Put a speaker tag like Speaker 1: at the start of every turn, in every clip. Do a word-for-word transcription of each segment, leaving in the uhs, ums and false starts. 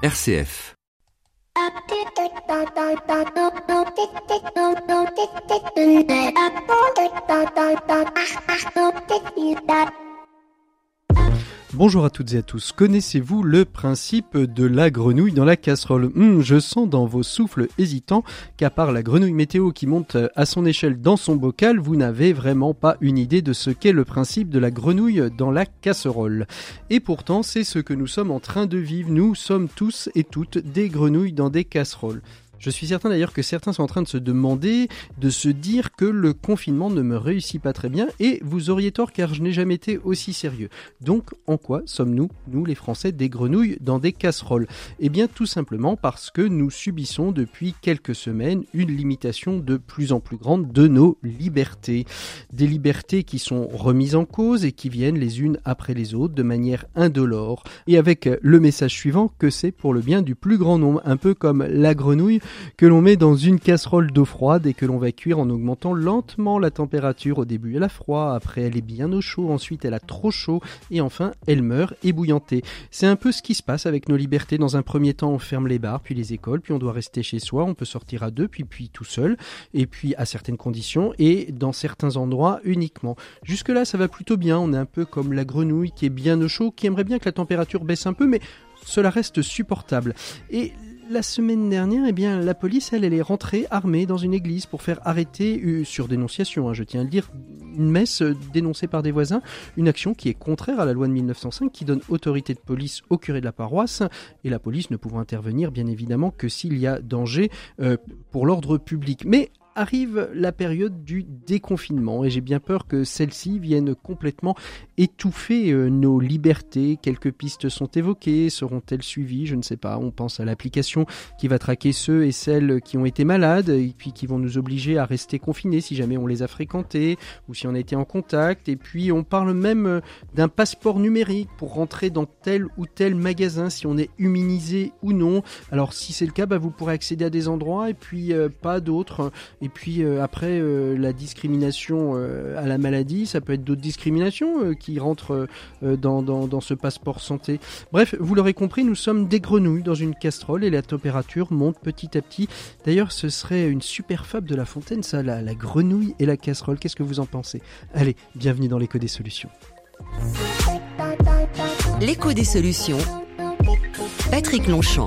Speaker 1: R C F.
Speaker 2: Bonjour à toutes et à tous. Connaissez-vous le principe de la grenouille dans la casserole ? hum, Je sens dans vos souffles hésitants qu'à part la grenouille météo qui monte à son échelle dans son bocal, vous n'avez vraiment pas une idée de ce qu'est le principe de la grenouille dans la casserole. Et pourtant, c'est ce que nous sommes en train de vivre. Nous sommes tous et toutes des grenouilles dans des casseroles. Je suis certain d'ailleurs que certains sont en train de se demander, de se dire que le confinement ne me réussit pas très bien, et vous auriez tort car je n'ai jamais été aussi sérieux. Donc en quoi sommes-nous, nous les Français, des grenouilles dans des casseroles ? Eh bien tout simplement parce que nous subissons depuis quelques semaines une limitation de plus en plus grande de nos libertés. Des libertés qui sont remises en cause et qui viennent les unes après les autres de manière indolore, et avec le message suivant que c'est pour le bien du plus grand nombre, un peu comme la grenouille que l'on met dans une casserole d'eau froide et que l'on va cuire en augmentant lentement la température. Au début elle a froid, après elle est bien au chaud, ensuite elle a trop chaud et enfin elle meurt ébouillantée. C'est un peu ce qui se passe avec nos libertés. Dans un premier temps on ferme les bars, puis les écoles, puis on doit rester chez soi, on peut sortir à deux, puis, puis tout seul, et puis à certaines conditions et dans certains endroits uniquement. Jusque là ça va plutôt bien, on est un peu comme la grenouille qui est bien au chaud, qui aimerait bien que la température baisse un peu, mais cela reste supportable. Et la semaine dernière, eh bien, la police, elle, elle est rentrée armée dans une église pour faire arrêter, euh, sur dénonciation, hein, je tiens à le dire, une messe euh, dénoncée par des voisins, une action qui est contraire à la loi de mille neuf cent cinq qui donne autorité de police au curé de la paroisse, et la police ne pouvant intervenir, bien évidemment, que s'il y a danger euh, pour l'ordre public. Mais arrive la période du déconfinement et j'ai bien peur que celle-ci vienne complètement étouffer euh, nos libertés. Quelques pistes sont évoquées, seront-elles suivies ? Je ne sais pas. On pense à l'application qui va traquer ceux et celles qui ont été malades et puis qui vont nous obliger à rester confinés si jamais on les a fréquentés ou si on a été en contact. Et puis on parle même d'un passeport numérique pour rentrer dans tel ou tel magasin si on est immunisé ou non. Alors si c'est le cas, bah, vous pourrez accéder à des endroits et puis euh, pas à d'autres. Et puis euh, après, euh, la discrimination euh, à la maladie, ça peut être d'autres discriminations euh, qui rentrent euh, dans, dans, dans ce passeport santé. Bref, vous l'aurez compris, nous sommes des grenouilles dans une casserole et la température monte petit à petit. D'ailleurs, ce serait une super fable de La Fontaine, ça, la, la grenouille et la casserole. Qu'est-ce que vous en pensez ? Allez, bienvenue dans l'écho des solutions.
Speaker 3: L'écho des solutions. Patrick Longchamp.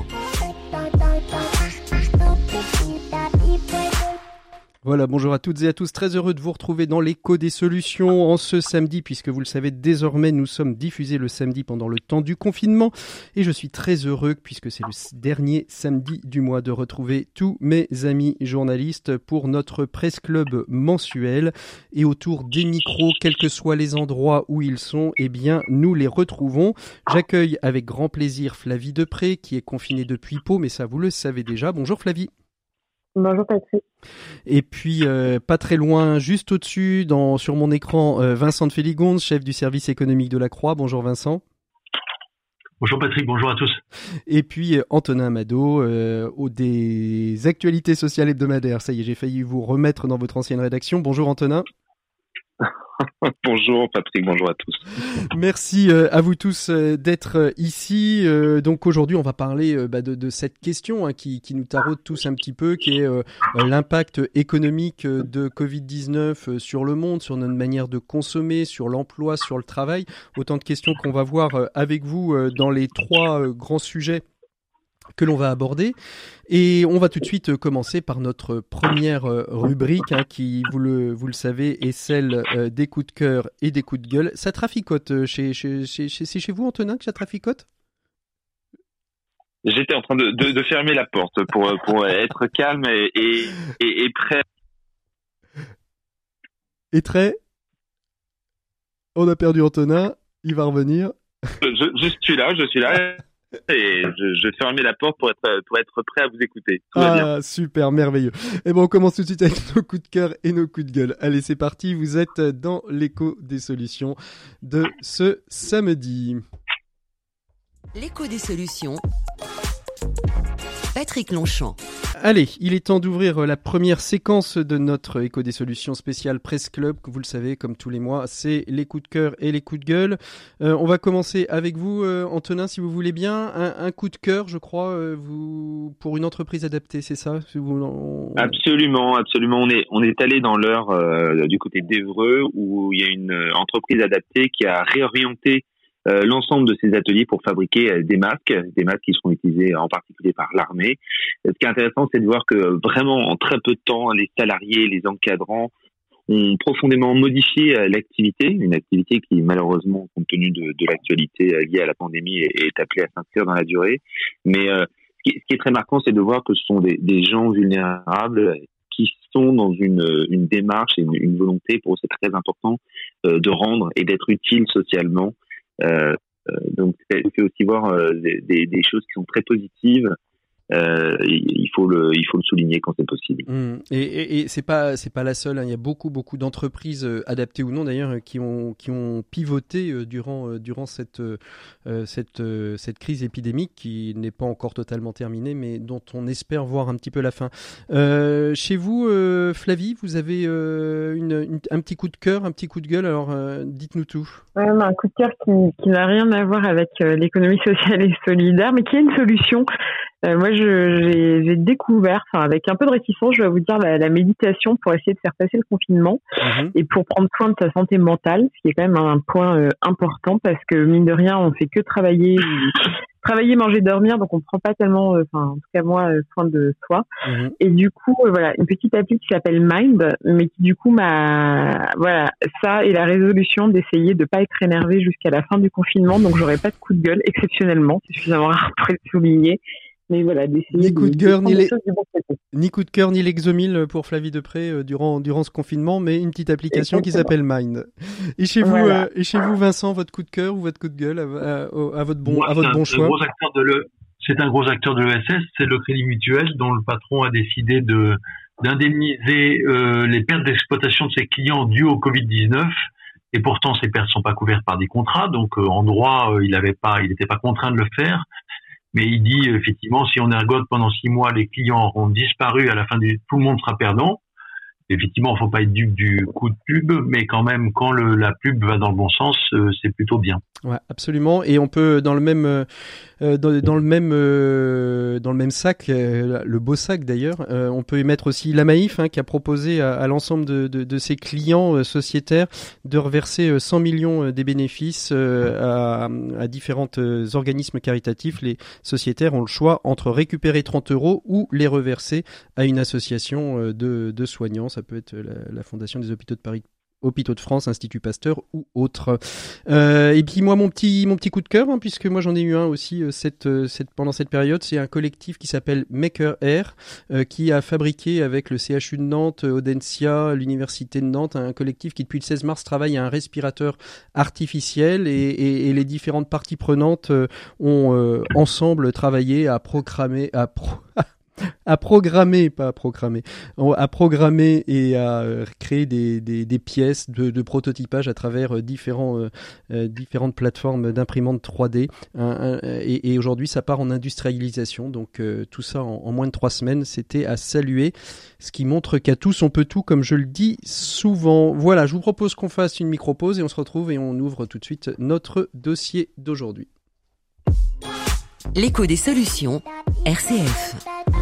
Speaker 2: Voilà, bonjour à toutes et à tous, très heureux de vous retrouver dans l'écho des solutions en ce samedi, puisque vous le savez désormais, nous sommes diffusés le samedi pendant le temps du confinement, et je suis très heureux, puisque c'est le dernier samedi du mois, de retrouver tous mes amis journalistes pour notre Presse Club mensuel, et autour des micros, quels que soient les endroits où ils sont, eh bien, nous les retrouvons. J'accueille avec grand plaisir Flavie Depré, qui est confinée depuis Pau, mais ça vous le savez déjà. Bonjour Flavie.
Speaker 4: Bonjour Patrick.
Speaker 2: Et puis, euh, pas très loin, juste au-dessus, dans, sur mon écran, euh, Vincent de Féligonde, chef du service économique de la Croix. Bonjour Vincent.
Speaker 5: Bonjour Patrick, bonjour à tous.
Speaker 2: Et puis euh, Antonin Amado, euh, au des actualités sociales hebdomadaires. Ça y est, j'ai failli vous remettre dans votre ancienne rédaction. Bonjour Antonin.
Speaker 6: Bonjour Patrick, bonjour à tous.
Speaker 2: Merci euh, à vous tous euh, d'être euh, ici. Euh, donc aujourd'hui, on va parler euh, bah, de, de cette question hein, qui, qui nous taraude tous un petit peu, qui est euh, l'impact économique euh, de covid dix-neuf euh, sur le monde, sur notre manière de consommer, sur l'emploi, sur le travail. Autant de questions qu'on va voir euh, avec vous euh, dans les trois euh, grands sujets que l'on va aborder. Et on va tout de suite commencer par notre première rubrique hein, qui, vous le, vous le savez, est celle euh, des coups de cœur et des coups de gueule. Ça traficote chez, chez, chez, chez, c'est chez vous, Antonin, que ça traficote ?
Speaker 6: J'étais en train de, de, de fermer la porte pour, pour être calme et, et, et, et prêt.
Speaker 2: Et très... On a perdu Antonin, il va revenir.
Speaker 6: Je, je suis là, je suis là. Et je, je fermais la porte pour être, pour être prêt à vous écouter. Tout va
Speaker 2: ah,
Speaker 6: bien.
Speaker 2: Super, merveilleux. Et bon, on commence tout de suite avec nos coups de cœur et nos coups de gueule. Allez, c'est parti. Vous êtes dans l'écho des solutions de ce samedi.
Speaker 3: L'écho des solutions. Patrick Longchamp.
Speaker 2: Allez, il est temps d'ouvrir la première séquence de notre Écho des solutions spéciales Presse Club. Vous le savez, comme tous les mois, c'est les coups de cœur et les coups de gueule. Euh, on va commencer avec vous, euh, Antonin, si vous voulez bien. Un, un coup de cœur, je crois, euh, vous pour une entreprise adaptée, c'est ça si vous, on...
Speaker 6: Absolument, absolument. On est on est allé dans l'heure euh, du côté d'Évreux où il y a une entreprise adaptée qui a réorienté Euh, l'ensemble de ces ateliers pour fabriquer euh, des masques, des masques qui seront utilisés en particulier par l'armée. Ce qui est intéressant, c'est de voir que vraiment en très peu de temps, les salariés, les encadrants ont profondément modifié euh, l'activité, une activité qui malheureusement, compte tenu de, de l'actualité euh, liée à la pandémie, est, est appelée à s'inscrire dans la durée. Mais euh, ce, qui, ce qui est très marquant, c'est de voir que ce sont des, des gens vulnérables qui sont dans une, une démarche et une, une volonté, pour eux c'est très important, euh, de rendre et d'être utiles socialement. Euh, euh, donc c'est, c'est aussi voir euh, des, des choses qui sont très positives. Euh, il faut le il faut le souligner quand c'est possible.
Speaker 2: Mmh. Et, et, et c'est pas c'est pas la seule. Hein. Il y a beaucoup beaucoup d'entreprises euh, adaptées ou non d'ailleurs qui ont qui ont pivoté euh, durant euh, durant cette euh, cette euh, cette crise épidémique qui n'est pas encore totalement terminée, mais dont on espère voir un petit peu la fin. Euh, chez vous, euh, Flavie, vous avez euh, une, une un petit coup de cœur, un petit coup de gueule. Alors euh, dites-nous tout.
Speaker 4: Ouais, un coup de cœur qui qui n'a rien à voir avec euh, l'économie sociale et solidaire, mais qui a une solution. Euh, moi, je, j'ai, j'ai découvert, enfin, avec un peu de réticence, je vais vous dire, la, la méditation pour essayer de faire passer le confinement mmh. et pour prendre soin de sa santé mentale, ce qui est quand même un point euh, important parce que, mine de rien, on fait que travailler, travailler, manger, dormir, donc on prend pas tellement, enfin, euh, en tout cas moi, euh, soin de soi. Mmh. Et du coup, euh, voilà, une petite appli qui s'appelle Mind, mais qui du coup m'a, voilà, ça et la résolution d'essayer de pas être énervée jusqu'à la fin du confinement, donc j'aurai pas de coup de gueule, exceptionnellement, c'est suffisamment rare pour le souligner. Mais voilà, d'essayer
Speaker 2: ni coup de, de cœur,
Speaker 4: de
Speaker 2: ni, les...
Speaker 4: bon
Speaker 2: ni coup de cœur, ni l'Exomil pour Flavie Depré euh, durant durant ce confinement, mais une petite application Exactement. Qui s'appelle Mind. Et chez vous, voilà. euh, et chez vous, Vincent, votre coup de cœur ou votre coup de gueule à, à, à, à votre bon,
Speaker 5: Moi,
Speaker 2: à votre
Speaker 5: un,
Speaker 2: bon choix.
Speaker 5: Gros acteur de le... C'est un gros acteur de l'E S S, c'est le Crédit Mutuel, dont le patron a décidé de d'indemniser euh, les pertes d'exploitation de ses clients dues au covid dix-neuf. Et pourtant, ces pertes sont pas couvertes par des contrats, donc euh, en droit, euh, il avait pas, il n'était pas contraint de le faire. Mais il dit, effectivement, si on ergote pendant six mois, les clients auront disparu, à la fin du, tout le monde sera perdant. Effectivement, il faut pas être dupe du coup de pub, mais quand même, quand le, la pub va dans le bon sens, euh, c'est plutôt bien.
Speaker 2: Ouais, absolument. Et on peut, dans le même, euh, dans, dans le même, euh, dans le même sac, euh, le beau sac d'ailleurs, euh, on peut y mettre aussi la Maïf, hein, qui a proposé à, à l'ensemble de, de, de ses clients euh, sociétaires de reverser cent millions des bénéfices euh, à, à différents euh, organismes caritatifs. Les sociétaires ont le choix entre récupérer trente euros ou les reverser à une association euh, de, de soignants. Ça peut être la, la Fondation des Hôpitaux de Paris, Hôpitaux de France, Institut Pasteur ou autre. Euh, et puis moi, mon petit mon petit coup de cœur, hein, puisque moi j'en ai eu un aussi euh, cette, euh, cette pendant cette période, c'est un collectif qui s'appelle Maker Air, euh, qui a fabriqué avec le C H U de Nantes, Audencia, l'Université de Nantes, un collectif qui depuis le seize mars travaille à un respirateur artificiel et, et, et les différentes parties prenantes euh, ont euh, ensemble travaillé à programmer à pro à programmer, pas à programmer, à programmer et à créer des, des, des pièces de, de prototypage à travers différents, euh, différentes plateformes d'imprimantes trois D. Un, un, et, et aujourd'hui, ça part en industrialisation. Donc, euh, tout ça en, en moins de trois semaines, c'était à saluer. Ce qui montre qu'à tous, on peut tout, comme je le dis souvent. Voilà, je vous propose qu'on fasse une micro-pause et on se retrouve et on ouvre tout de suite notre dossier d'aujourd'hui.
Speaker 3: L'écho des solutions, R C F.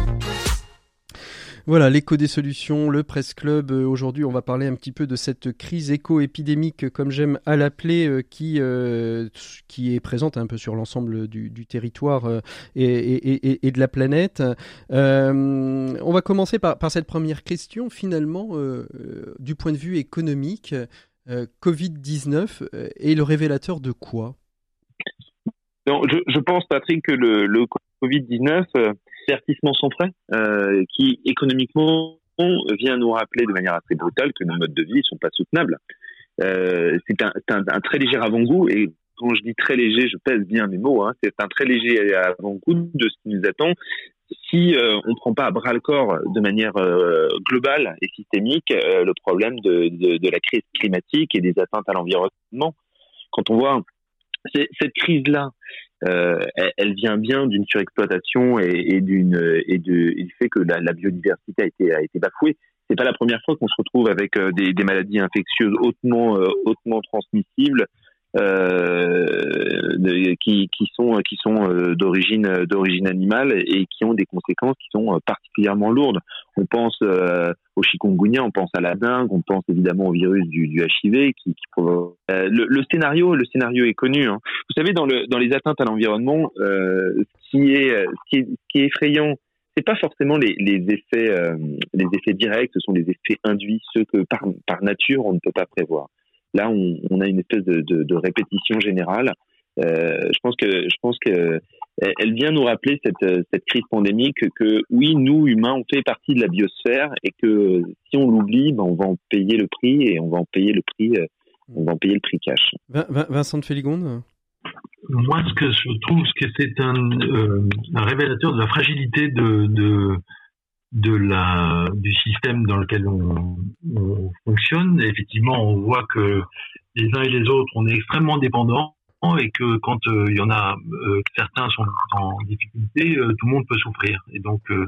Speaker 2: Voilà, l'écho des solutions, le Presse Club. Euh, aujourd'hui, on va parler un petit peu de cette crise éco-épidémique, comme j'aime à l'appeler, euh, qui, euh, qui est présente un peu sur l'ensemble du, du territoire euh, et, et, et, et de la planète. Euh, on va commencer par, par cette première question, finalement, euh, euh, du point de vue économique. Euh, covid dix-neuf euh, est le révélateur de quoi ?
Speaker 6: Non, je, je pense, Patrick, que le, le covid dix-neuf, euh, c'est avertissement sans frais, euh, qui économiquement vient nous rappeler de manière assez brutale que nos modes de vie ne sont pas soutenables. Euh, c'est un, c'est un, un très léger avant-goût, et quand je dis très léger, je pèse bien mes mots, hein, c'est un très léger avant-goût de ce qui nous attend si euh, on ne prend pas à bras-le-corps de manière euh, globale et systémique euh, le problème de, de, de la crise climatique et des atteintes à l'environnement. Quand on voit c'est, cette crise-là euh, elle, elle vient bien d'une surexploitation et, et d'une et, de, et du fait que la, la biodiversité a été a été bafouée. C'est pas la première fois qu'on se retrouve avec euh, des, des maladies infectieuses hautement euh, hautement transmissibles euh, de, qui qui sont qui sont euh, d'origine d'origine animale et qui ont des conséquences qui sont euh, particulièrement lourdes. On pense euh, au chikungunya, on pense à la dengue, on pense évidemment au virus du, du H I V qui, qui provoque. Euh, le, le scénario le scénario est connu. Hein. Vous savez, dans le dans les atteintes à l'environnement, euh, ce qui est ce qui est, ce qui est effrayant, c'est pas forcément les, les effets, euh, les effets directs, ce sont les effets induits, ceux que par, par nature on ne peut pas prévoir. Là, on, on a une espèce de, de, de répétition générale. Euh, je pense que, je pense que elle vient nous rappeler cette, cette crise pandémique que oui, nous humains, on fait partie de la biosphère et que si on l'oublie, ben on va en payer le prix et on va en payer le prix, on va en payer le prix cash.
Speaker 2: Vincent de Féligonde.
Speaker 5: Moi, ce que je trouve, que c'est un, euh, un révélateur de la fragilité de, de, de la, du système dans lequel on, on fonctionne. Et effectivement, on voit que les uns et les autres, on est extrêmement dépendants et que quand il euh, y en a, euh, certains sont en difficulté, euh, tout le monde peut souffrir. Et donc, euh,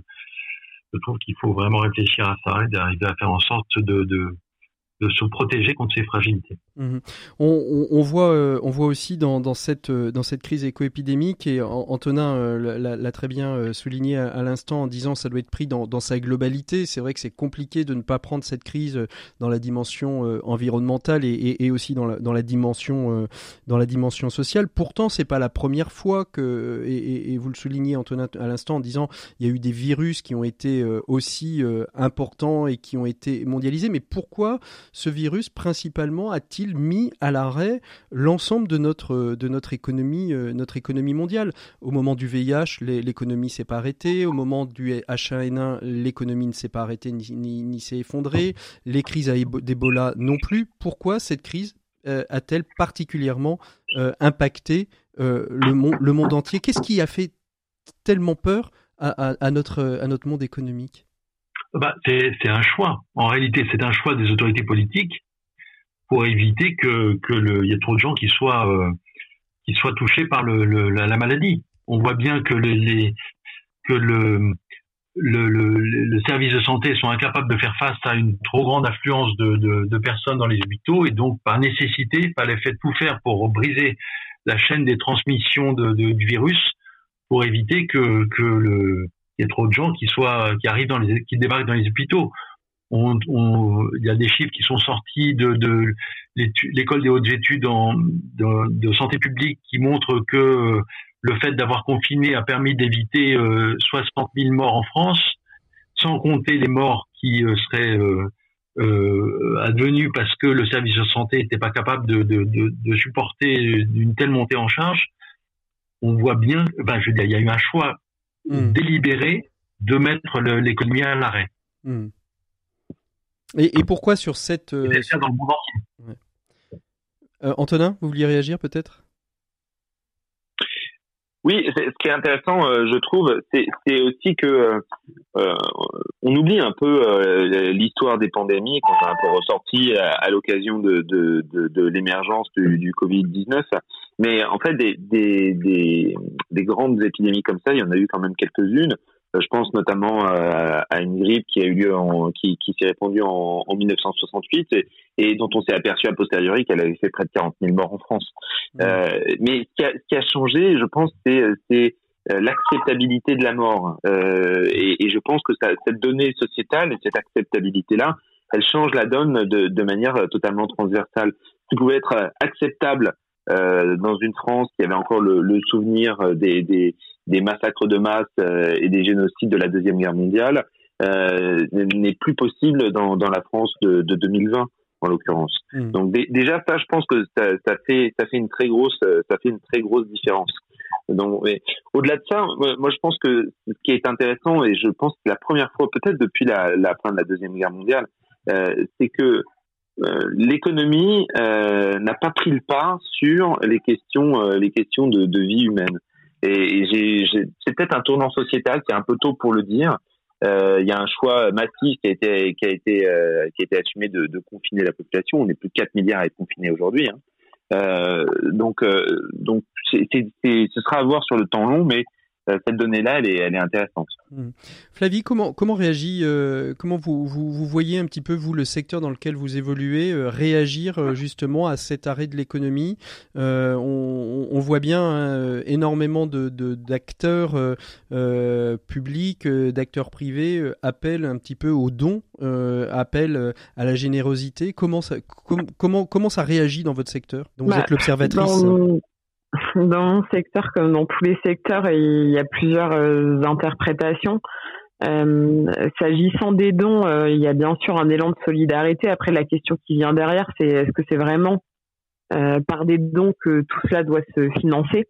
Speaker 5: je trouve qu'il faut vraiment réfléchir à ça et d'arriver à faire en sorte de, de de se protéger contre ces fragilités.
Speaker 2: Mmh. On, on, on voit, euh, on voit aussi dans, dans cette euh, dans cette crise éco-épidémique, et Antonin euh, l'a, l'a très bien euh, souligné à, à l'instant en disant que ça doit être pris dans, dans sa globalité. C'est vrai que c'est compliqué de ne pas prendre cette crise dans la dimension euh, environnementale et, et, et aussi dans la, dans la dimension euh, dans la dimension sociale. Pourtant, c'est pas la première fois que, et, et, et vous le soulignez Antonin à l'instant en disant il y a eu des virus qui ont été euh, aussi euh, importants et qui ont été mondialisés. Mais pourquoi ce virus, principalement, a-t-il mis à l'arrêt l'ensemble de notre, de notre économie, euh, notre économie mondiale ? Au moment du V I H, les, l'économie s'est pas arrêtée. Au moment du H un N un, l'économie ne s'est pas arrêtée ni, ni, ni s'est effondrée. Les crises d'Ebola non plus. Pourquoi cette crise euh, a-t-elle particulièrement euh, impacté euh, le, mon, le monde entier ? Qu'est-ce qui a fait tellement peur à, à, à, notre, à notre monde économique ?
Speaker 5: Bah, c'est, c'est un choix. En réalité, c'est un choix des autorités politiques pour éviter que, que le, il y ait trop de gens qui soient, euh, qui soient touchés par le, le, la, la maladie. On voit bien que les, les que le, le, le, le service de santé sont incapables de faire face à une trop grande affluence de, de, de personnes dans les hôpitaux et donc, par nécessité, il fallait faire tout faire pour briser la chaîne des transmissions de, de, du virus pour éviter que, que le, il y a trop de gens qui soient, qui arrivent dans les, qui débarquent dans les hôpitaux. On, on, il y a des chiffres qui sont sortis de, de l'école des hautes études en, de, de santé publique qui montrent que le fait d'avoir confiné a permis d'éviter euh, soixante mille morts en France, sans compter les morts qui euh, seraient euh, euh, advenues parce que le service de santé n'était pas capable de, de, de, de supporter une telle montée en charge. On voit bien, ben, je veux dire, il y a eu un choix Mmh. délibéré de mettre le, l'économie à l'arrêt.
Speaker 2: Mmh. Et, et pourquoi sur cette... Euh,
Speaker 5: c'est ça dans le monde entier.
Speaker 2: Ouais. Euh, Antonin, vous vouliez réagir peut-être ?
Speaker 6: Oui, c'est, ce qui est intéressant, euh, je trouve, c'est, c'est aussi que euh, on oublie un peu euh, l'histoire des pandémies qu'on a un peu ressorti à, à l'occasion de, de, de, de l'émergence du, du covid dix-neuf. Mais en fait, des, des, des, des grandes épidémies comme ça, il y en a eu quand même quelques-unes. Je pense notamment à, à une grippe qui a eu lieu, en, qui, qui s'est répandue en, en dix-neuf cent soixante-huit et, et dont on s'est aperçu a posteriori qu'elle avait fait près de quarante mille morts en France. Mmh. Euh, mais ce qui, a, ce qui a changé, je pense, c'est, c'est l'acceptabilité de la mort. Euh, et, et je pense que ça, cette donnée sociétale et cette acceptabilité-là, elle change la donne de, de manière totalement transversale. Ce qui pouvait être acceptable euh, dans une France qui avait encore le, le souvenir des, des des massacres de masse euh, et des génocides de la Deuxième Guerre mondiale euh, n'est plus possible dans, dans la France de, de deux mille vingt, en l'occurrence. Mmh. Donc d- déjà ça, je pense que ça, ça fait ça fait une très grosse ça fait une très grosse différence. Donc mais, au-delà de ça, moi je pense que ce qui est intéressant et je pense que la première fois peut-être depuis la, la fin de la Deuxième Guerre mondiale, euh, c'est que euh, l'économie euh, n'a pas pris le pas sur les questions euh, les questions de, de vie humaine. Et j'ai, j'ai, c'est peut-être un tournant sociétal, c'est un peu tôt pour le dire. Euh, il y a un choix massif qui a été qui a été euh, qui a été assumé de, de confiner la population. On est plus de quatre milliards à être confinés aujourd'hui. Hein. Euh, donc, euh, donc, c'est, c'est, c'est, ce sera à voir sur le temps long, mais euh, cette donnée-là, elle est, elle est intéressante.
Speaker 2: Mmh. Flavie, comment comment réagit, euh, comment vous, vous vous voyez un petit peu vous le secteur dans lequel vous évoluez euh, réagir euh, justement à cet arrêt de l'économie? euh, on, on voit bien hein, énormément de, de d'acteurs euh, euh, publics, euh, d'acteurs privés euh, appellent un petit peu aux dons, euh, appellent euh, à la générosité. Comment ça com- comment comment ça réagit dans votre secteur dont vous
Speaker 4: Bah,
Speaker 2: êtes l'observatrice?
Speaker 4: Dans... Dans mon secteur, comme dans tous les secteurs, il y a plusieurs euh, interprétations. Euh, s'agissant des dons, euh, il y a bien sûr un élan de solidarité. Après, la question qui vient derrière, c'est est-ce que c'est vraiment euh, par des dons que tout cela doit se financer?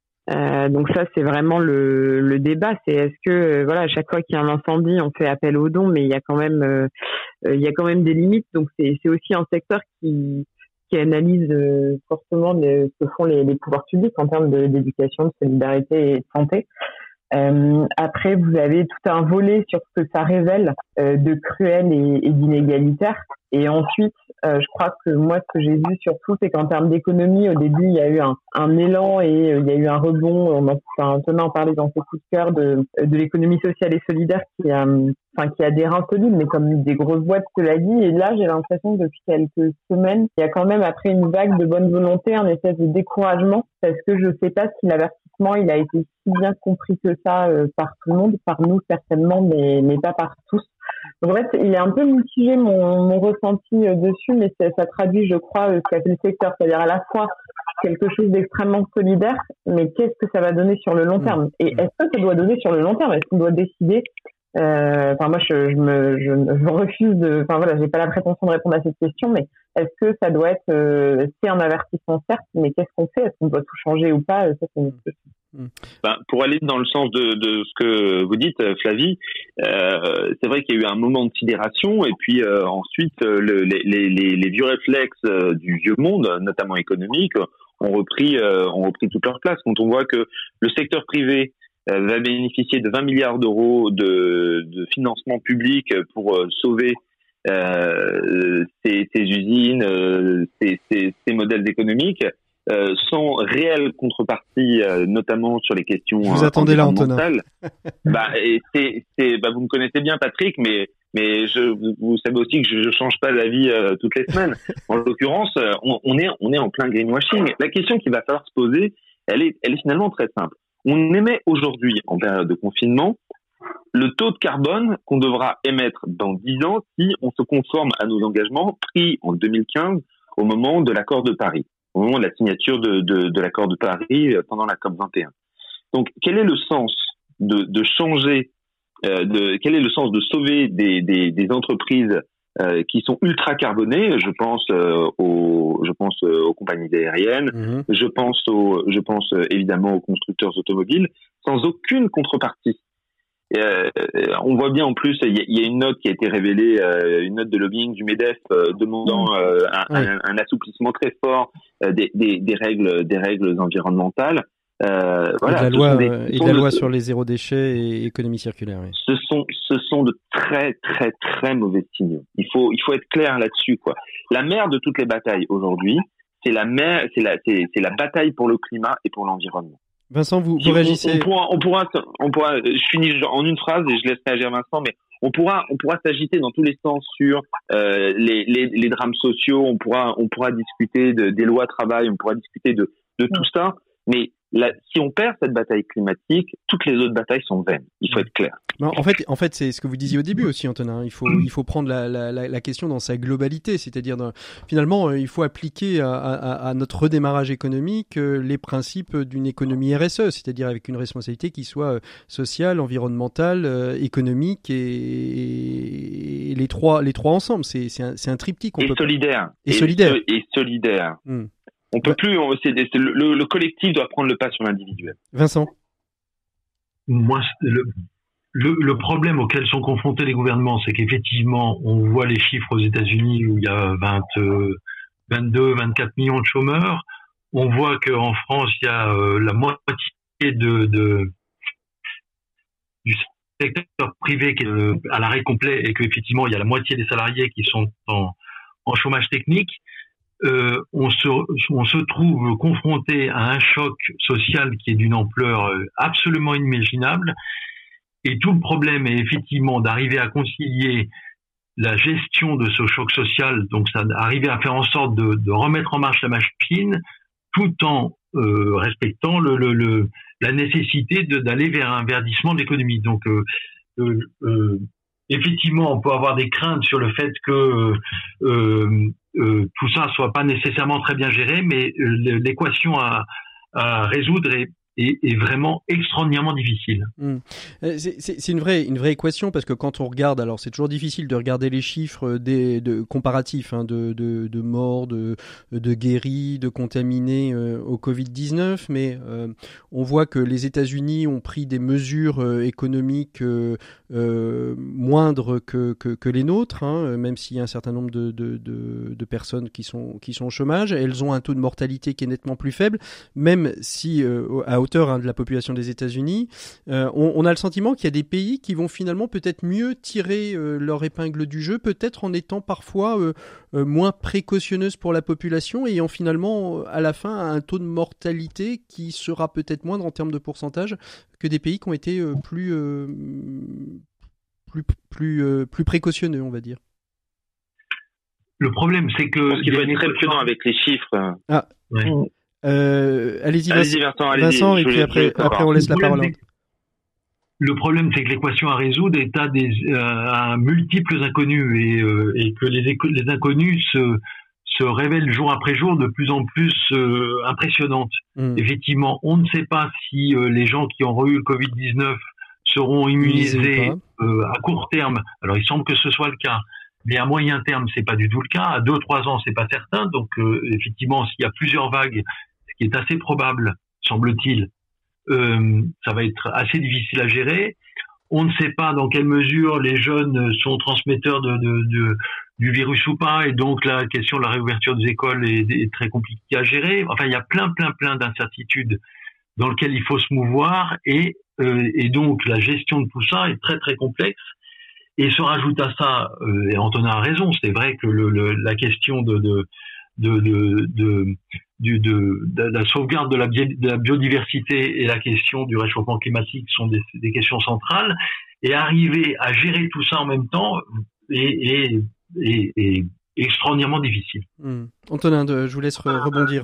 Speaker 4: Euh, donc ça, c'est vraiment le, le débat. C'est est-ce que euh, voilà, à chaque fois qu'il y a un incendie, on fait appel aux dons, mais il y a quand même, euh, il y a quand même des limites. Donc c'est, c'est aussi un secteur qui qui analyse euh, fortement les, ce que font les, les pouvoirs publics en termes de, d'éducation, de solidarité et de santé. Euh, après, vous avez tout un volet sur ce que ça révèle euh, de cruel et, et d'inégalitaire. Et ensuite, euh, je crois que moi, ce que j'ai vu surtout, c'est qu'en termes d'économie, au début, il y a eu un, un élan et euh, il y a eu un rebond. On a, enfin, Thomas en parlait dans ses coups de cœur de, de l'économie sociale et solidaire qui a, enfin, qui a des reins solides, mais comme des grosses boîtes, cela dit. Et là, j'ai l'impression que depuis quelques semaines, il y a quand même, après une vague de bonne volonté, un espèce de découragement, parce que je sais pas si l'avertissement, il a été si bien compris que ça euh, par tout le monde, par nous certainement, mais, mais pas par tous. Donc, en fait, il est un peu mitigé mon, mon ressenti euh, dessus, mais ça, ça traduit, je crois, euh, ce qu'a fait le secteur, c'est-à-dire à la fois quelque chose d'extrêmement solidaire, mais qu'est-ce que ça va donner sur le long terme? Et est-ce que ça doit donner sur le long terme? Est-ce qu'on doit décider euh, Enfin, moi, je, je me, je, je refuse de. Enfin voilà, j'ai pas la prétention de répondre à cette question, mais est-ce que ça doit être, euh, c'est un avertissement certes, mais qu'est-ce qu'on fait? Est-ce qu'on doit tout changer ou pas? Ça, c'est une question.
Speaker 6: Ben, pour aller dans le sens de, de ce que vous dites, Flavie, euh, c'est vrai qu'il y a eu un moment de sidération et puis euh, ensuite le, les, les, les vieux réflexes euh, du vieux monde, notamment économique, ont repris, euh, ont repris toute leur place. Quand on voit que le secteur privé euh, va bénéficier de vingt milliards d'euros de, de financement public pour euh, sauver euh, ces, ces usines, euh, ces, ces, ces modèles économiques, Euh, sans réelle contrepartie, euh, notamment sur les questions
Speaker 2: je vous attendais là, Antonin.
Speaker 6: bah, et c'est, c'est, bah, vous me connaissez bien, Patrick, mais mais je, vous, vous savez aussi que je, je change pas d'avis euh, toutes les semaines. En l'occurrence, on, on est on est en plein greenwashing. La question qu'il va falloir se poser, elle est elle est finalement très simple. On émet aujourd'hui, en période de confinement, le taux de carbone qu'on devra émettre dans dix ans si on se conforme à nos engagements pris en deux mille quinze au moment de l'accord de Paris. Au moment de la signature de, de, de l'accord de Paris pendant la COP vingt et un. Donc, quel est le sens de, de changer, euh, de, quel est le sens de sauver des, des, des entreprises euh, qui sont ultra carbonées? Je pense euh, aux, je pense euh, aux compagnies aériennes, mmh. je pense aux, je pense euh, évidemment aux constructeurs automobiles, sans aucune contrepartie. Euh, on voit bien en plus, il y, y a une note qui a été révélée, euh, une note de lobbying du MEDEF euh, demandant euh, un, oui. un, un assouplissement très fort euh, des, des, des règles, des règles environnementales. Euh, voilà,
Speaker 2: et de la loi,
Speaker 6: des,
Speaker 2: et de la loi de, sur les zéro déchet et économie circulaire. Oui.
Speaker 6: Ce sont, ce sont de très, très, très mauvais signaux. Il faut, il faut être clair là-dessus, quoi. La mère de toutes les batailles aujourd'hui, c'est la mère, c'est la, c'est, c'est la bataille pour le climat et pour l'environnement.
Speaker 2: Vincent, vous, vous réagissez.
Speaker 6: On, on, pourra, on pourra, on pourra, je finis en une phrase et je laisse réagir Vincent, mais on pourra, on pourra s'agiter dans tous les sens sur euh, les, les, les drames sociaux. On pourra, on pourra discuter de, des lois travail. On pourra discuter de, de tout ça. Mais là, si on perd cette bataille climatique, toutes les autres batailles sont vaines. Il faut être clair.
Speaker 2: Non, en fait, en fait, c'est ce que vous disiez au début aussi, Antonin. Il faut, il faut prendre la, la, la question dans sa globalité, c'est-à-dire dans, finalement, il faut appliquer à, à, à notre redémarrage économique les principes d'une économie R S E, c'est-à-dire avec une responsabilité qui soit sociale, environnementale, économique et, et les trois, les trois ensemble. C'est, c'est un, c'est un triptyque. On
Speaker 6: et
Speaker 2: peut
Speaker 6: solidaire.
Speaker 2: Et, et solidaire.
Speaker 6: Et solidaire.
Speaker 2: Hum.
Speaker 6: On peut plus. On, c'est, c'est, le, le collectif doit prendre le pas sur l'individuel.
Speaker 2: Vincent.
Speaker 5: Moi, le, le, le problème auquel sont confrontés les gouvernements, c'est qu'effectivement, on voit les chiffres aux États-Unis où il y a vingt, vingt-deux, vingt-quatre millions de chômeurs. On voit qu'en France, il y a euh, la moitié de, de du secteur privé qui est euh, à l'arrêt complet et qu'effectivement, il y a la moitié des salariés qui sont en, en chômage technique. euh, on se on se trouve confronté à un choc social qui est d'une ampleur absolument inimaginable. Et tout le problème est effectivement d'arriver à concilier la gestion de ce choc social, donc ça arriver à faire en sorte de, de remettre en marche la machine, tout en euh, respectant le, le, le, la nécessité de, d'aller vers un verdissement de l'économie. Donc, euh, euh, euh, effectivement, on peut avoir des craintes sur le fait que euh, euh, tout ça soit pas nécessairement très bien géré, mais euh, l'équation à, à résoudre est Est, est vraiment extraordinairement difficile.
Speaker 2: Mmh. C'est, c'est, c'est une vraie, une vraie équation parce que quand on regarde, alors c'est toujours difficile de regarder les chiffres des, de, comparatifs hein, de, de, de morts, de, de guéris, de contaminés euh, au covid dix-neuf, mais euh, on voit que les États-Unis ont pris des mesures euh, économiques euh, euh, moindres que, que, que les nôtres, hein, même s'il y a un certain nombre de, de, de, de personnes qui sont, qui sont au chômage. Elles ont un taux de mortalité qui est nettement plus faible, même si euh, à hauteur hein, de la population des États-Unis, euh, on, on a le sentiment qu'il y a des pays qui vont finalement peut-être mieux tirer euh, leur épingle du jeu, peut-être en étant parfois euh, euh, moins précautionneuses pour la population et en finalement à la fin un taux de mortalité qui sera peut-être moindre en termes de pourcentage que des pays qui ont été euh, plus euh, plus plus euh, plus précautionneux, on va dire.
Speaker 5: Le problème, c'est que
Speaker 6: je pense qu'il faut être très prudent avec les chiffres.
Speaker 2: Ah.
Speaker 5: Ouais.
Speaker 2: Euh, allez-y,
Speaker 6: allez-y Vincent, allez-y.
Speaker 2: Vincent et
Speaker 6: je
Speaker 2: puis après, après on laisse la parole.
Speaker 5: Le problème, c'est que l'équation à résoudre est à des euh, à multiples inconnus et, euh, et que les, les inconnus se, se révèlent jour après jour de plus en plus euh, impressionnantes. Mmh. Effectivement, on ne sait pas si euh, les gens qui ont eu le covid dix-neuf seront immunisés euh, à court terme. Alors, il semble que ce soit le cas. Mais à moyen terme, c'est pas du tout le cas. À deux, trois ans, c'est pas certain. Donc, euh, effectivement, s'il y a plusieurs vagues, ce qui est assez probable, semble-t-il, euh, ça va être assez difficile à gérer. On ne sait pas dans quelle mesure les jeunes sont transmetteurs de, de, de du virus ou pas. Et donc, la question de la réouverture des écoles est, est très compliquée à gérer. Enfin, il y a plein, plein, plein d'incertitudes dans lesquelles il faut se mouvoir. Et, euh, et donc, la gestion de tout ça est très, très complexe. Et se rajoute à ça, euh, et Antonin a raison, c'est vrai que le, le, la question de, de, de, de, de, de, de, de la sauvegarde de la, bi- de la biodiversité et la question du réchauffement climatique sont des, des questions centrales. Et arriver à gérer tout ça en même temps est, est, est, est extraordinairement difficile.
Speaker 2: Mmh. Antonin, de, je vous laisse re- rebondir.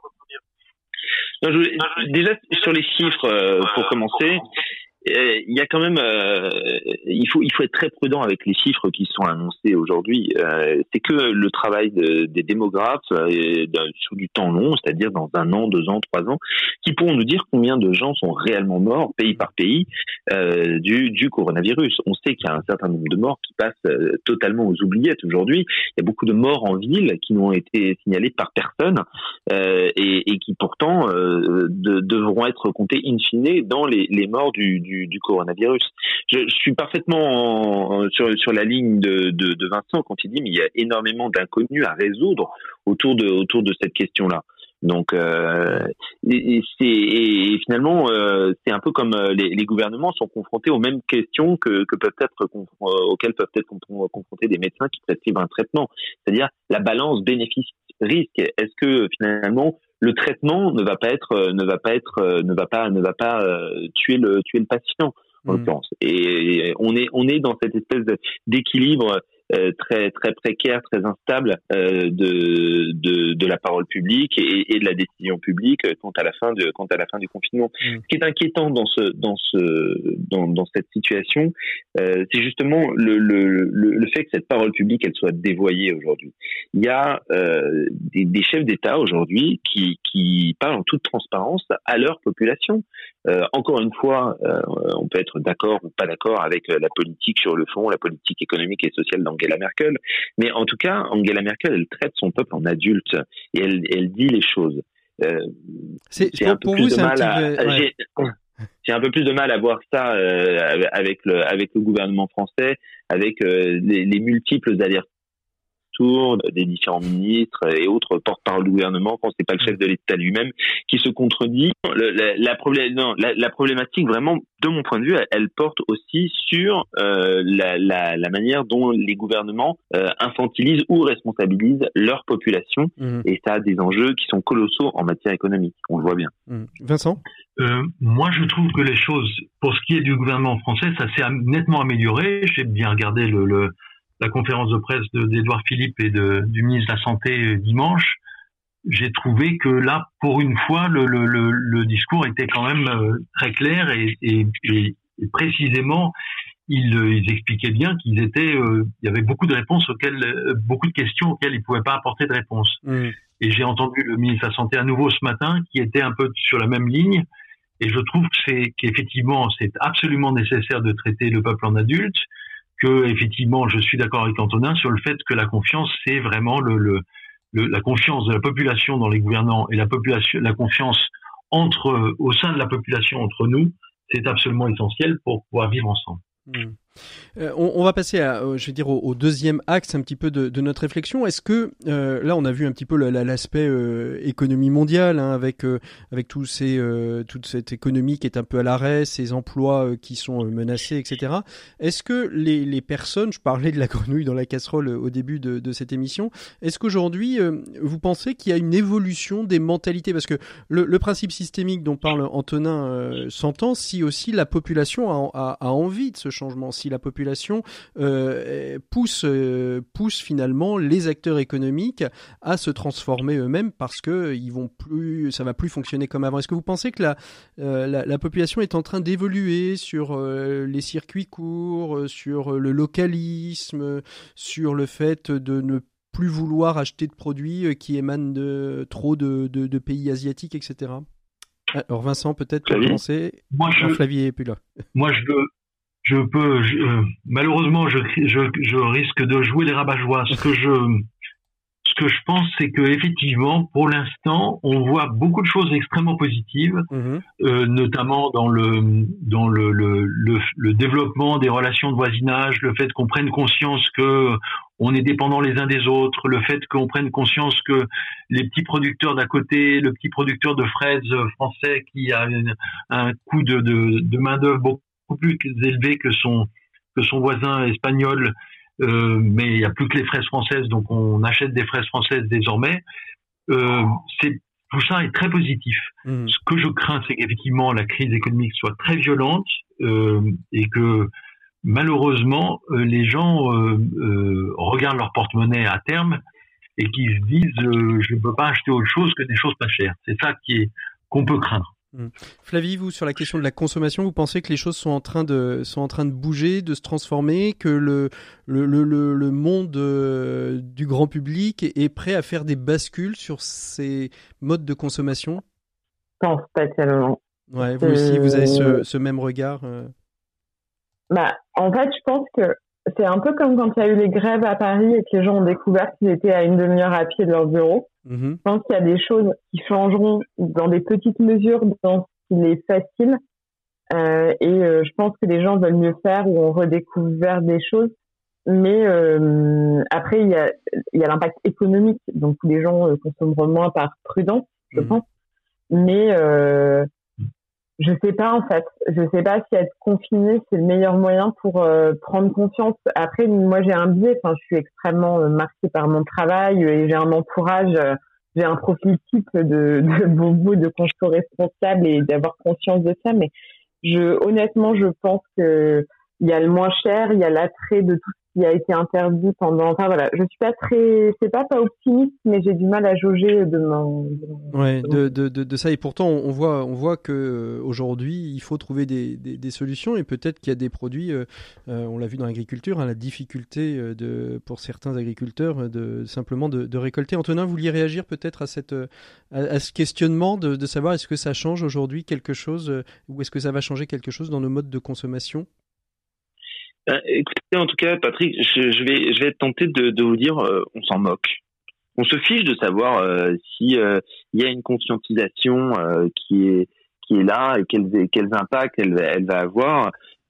Speaker 6: Non, je voulais, déjà, sur les chiffres, euh, pour commencer, il y a quand même, euh, il faut il faut être très prudent avec les chiffres qui sont annoncés aujourd'hui. Euh, c'est que le travail de, des démographes euh, sur du temps long, c'est-à-dire dans un an, deux ans, trois ans, qui pourront nous dire combien de gens sont réellement morts pays par pays euh, du du coronavirus. On sait qu'il y a un certain nombre de morts qui passent euh, totalement aux oubliettes aujourd'hui. Il y a beaucoup de morts en ville qui n'ont été signalées par personne euh, et, et qui pourtant euh, de, devront être comptées in fine dans les, les morts du, du Du, du coronavirus. Je, je suis parfaitement en, sur, sur la ligne de, de, de Vincent quand il dit mais il y a énormément d'inconnus à résoudre autour de, autour de cette question-là. Donc, euh, et, et c'est, et finalement, euh, c'est un peu comme les, les gouvernements sont confrontés aux mêmes questions que, que peuvent être auxquelles peuvent être confrontés des médecins qui prescrivent un traitement. C'est-à-dire la balance bénéfice-risque. Est-ce que finalement le traitement ne va pas être, ne va pas être, ne va pas, ne va pas euh, tuer le, tuer le patient en mmh. l'occurrence. Et on est, on est dans cette espèce de, d'équilibre euh, très, très précaire, très instable euh, de, de, de la parole publique et, et de la décision publique quant à la fin de, quant à la fin du confinement. Mmh. Ce qui est inquiétant dans ce, dans ce, dans, dans cette situation, euh, c'est justement le, le, le, le fait que cette parole publique, elle soit dévoyée aujourd'hui. Il y a euh, des, des chefs d'État aujourd'hui qui, qui parlent en toute transparence à leur population. Euh, encore une fois, euh, on peut être d'accord ou pas d'accord avec la politique sur le fond, la politique économique et sociale d'Angela Merkel, mais en tout cas, Angela Merkel, elle traite son peuple en adulte et elle, elle dit les choses. Euh,
Speaker 2: c'est, c'est un peu plus de mal à...
Speaker 6: Peu, ouais. j'ai, j'ai un peu plus de mal à voir ça euh, avec le avec le gouvernement français, avec euh, les, les multiples alertes tour des différents ministres et autres porte-parole du gouvernement quand c'est pas le chef de l'État lui-même qui se contredit. Le, la, la, problé- non, la, la problématique vraiment, de mon point de vue, elle, elle porte aussi sur euh, la, la, la manière dont les gouvernements euh, infantilisent ou responsabilisent leur population, mmh. et ça a des enjeux qui sont colossaux en matière économique. On le voit bien.
Speaker 2: Mmh. Vincent ?
Speaker 5: Euh, moi, je trouve que les choses, pour ce qui est du gouvernement français, ça s'est nettement amélioré. J'ai bien regardé le, le, la conférence de presse de, d'Édouard Philippe et de, du ministre de la Santé dimanche. J'ai trouvé que là, pour une fois, le, le, le, le discours était quand même euh, très clair et, et, et, et précisément, ils, ils expliquaient bien qu'ils étaient, euh, il y avait beaucoup de réponses auxquelles, euh, beaucoup de questions auxquelles ils pouvaient pas apporter de réponse. Mmh. Et j'ai entendu le ministre de la Santé à nouveau ce matin, qui était un peu sur la même ligne. Et je trouve que c'est, qu'effectivement, c'est absolument nécessaire de traiter le peuple en adulte, que, effectivement, je suis d'accord avec Antonin sur le fait que la confiance, c'est vraiment le, le, le la confiance de la population dans les gouvernants et la population, la confiance entre, au sein de la population entre nous, c'est absolument essentiel pour pouvoir vivre ensemble.
Speaker 2: Mmh. Euh, on, on va passer à, euh, je vais dire, au, au deuxième axe un petit peu de, de notre réflexion. Est-ce que euh, là, on a vu un petit peu la, la, l'aspect euh, économie mondiale, hein, avec euh, avec tous ces euh, toute cette économie qui est un peu à l'arrêt, ces emplois euh, qui sont euh, menacés, et cetera. Est-ce que les les personnes, je parlais de la grenouille dans la casserole euh, au début de, de cette émission, est-ce qu'aujourd'hui euh, vous pensez qu'il y a une évolution des mentalités, parce que le, le principe systémique dont parle Antonin euh, s'entend si aussi la population a, a, a envie de ce changement. Si la population euh, pousse, euh, pousse finalement les acteurs économiques à se transformer eux-mêmes parce que ils vont plus, ça va plus fonctionner comme avant. Est-ce que vous pensez que la, euh, la, la population est en train d'évoluer sur euh, les circuits courts, sur le localisme, sur le fait de ne plus vouloir acheter de produits qui émanent de trop de, de, de pays asiatiques, et cetera. Alors Vincent, peut-être pour commencer.
Speaker 5: Moi, je,
Speaker 2: non, Flavie est plus là.
Speaker 5: Moi, je veux. Je peux, je, euh, malheureusement, je, je, je risque de jouer les rabat-joie. Ce que je, ce que je pense, c'est que effectivement, pour l'instant, on voit beaucoup de choses extrêmement positives, mmh. euh, notamment dans le, dans le, le, le, le développement des relations de voisinage, le fait qu'on prenne conscience que on est dépendants les uns des autres, le fait qu'on prenne conscience que les petits producteurs d'à côté, le petit producteur de fraises français qui a un, un coût de, de, de main d'œuvre beaucoup plus élevé que son que son voisin espagnol, euh, mais il n'y a plus que les fraises françaises, donc on achète des fraises françaises désormais. Euh, c'est tout ça est très positif. Mmh. Ce que je crains, c'est qu'effectivement la crise économique soit très violente euh, et que malheureusement euh, les gens euh, euh, regardent leur porte-monnaie à terme et qu'ils se disent euh, je ne peux pas acheter autre chose que des choses pas chères. C'est ça qui est qu'on peut craindre.
Speaker 2: Flavie, vous, sur la question de la consommation, vous pensez que les choses sont en train de, sont en train de bouger, de se transformer, que le, le, le, le monde euh, du grand public est prêt à faire des bascules sur ces modes de consommation ?
Speaker 4: Je pense pas tellement.
Speaker 2: Ouais, vous euh... aussi, vous avez ce, ce même regard euh...
Speaker 4: Bah, en fait, je pense que c'est un peu comme quand il y a eu les grèves à Paris et que les gens ont découvert qu'ils étaient à une demi-heure à pied de leur bureau. Mmh. Je pense qu'il y a des choses qui changeront dans des petites mesures, dans ce qui est facile. Euh, et euh, je pense que les gens veulent mieux faire ou ont redécouvert des choses. Mais euh, après, il y a, il y a l'impact économique. Donc, les gens euh, consommeront moins par prudence, je mmh. pense. Mais euh, je sais pas, en fait. Je sais pas si être confiné, c'est le meilleur moyen pour euh, prendre conscience. Après, moi, j'ai un biais. Enfin, je suis extrêmement euh, marquée par mon travail et j'ai un entourage. Euh, j'ai un profil type de, de bobo, de conso responsable et d'avoir conscience de ça. Mais je, honnêtement, je pense que il y a le moins cher, il y a l'attrait de tout ce qui a été interdit pendant. Enfin voilà, je suis pas très, c'est pas pas optimiste, mais j'ai du mal à jauger de mon. De mon
Speaker 2: ouais, de, de de de ça. Et pourtant, on voit on voit que euh, aujourd'hui, il faut trouver des, des des solutions et peut-être qu'il y a des produits. Euh, euh, on l'a vu dans l'agriculture, hein, la difficulté de pour certains agriculteurs de simplement de, de récolter. Antonin, vous vouliez réagir peut-être à cette à, à ce questionnement de de savoir est-ce que ça change aujourd'hui quelque chose ou est-ce que ça va changer quelque chose dans nos modes de consommation?
Speaker 6: Euh, écoutez, en tout cas, Patrick, je, je vais, je vais être tenté de, de vous dire, euh, on s'en moque. On se fiche de savoir euh, si euh, il y a une conscientisation euh, qui est qui est là et quels quels impacts elle, elle va avoir.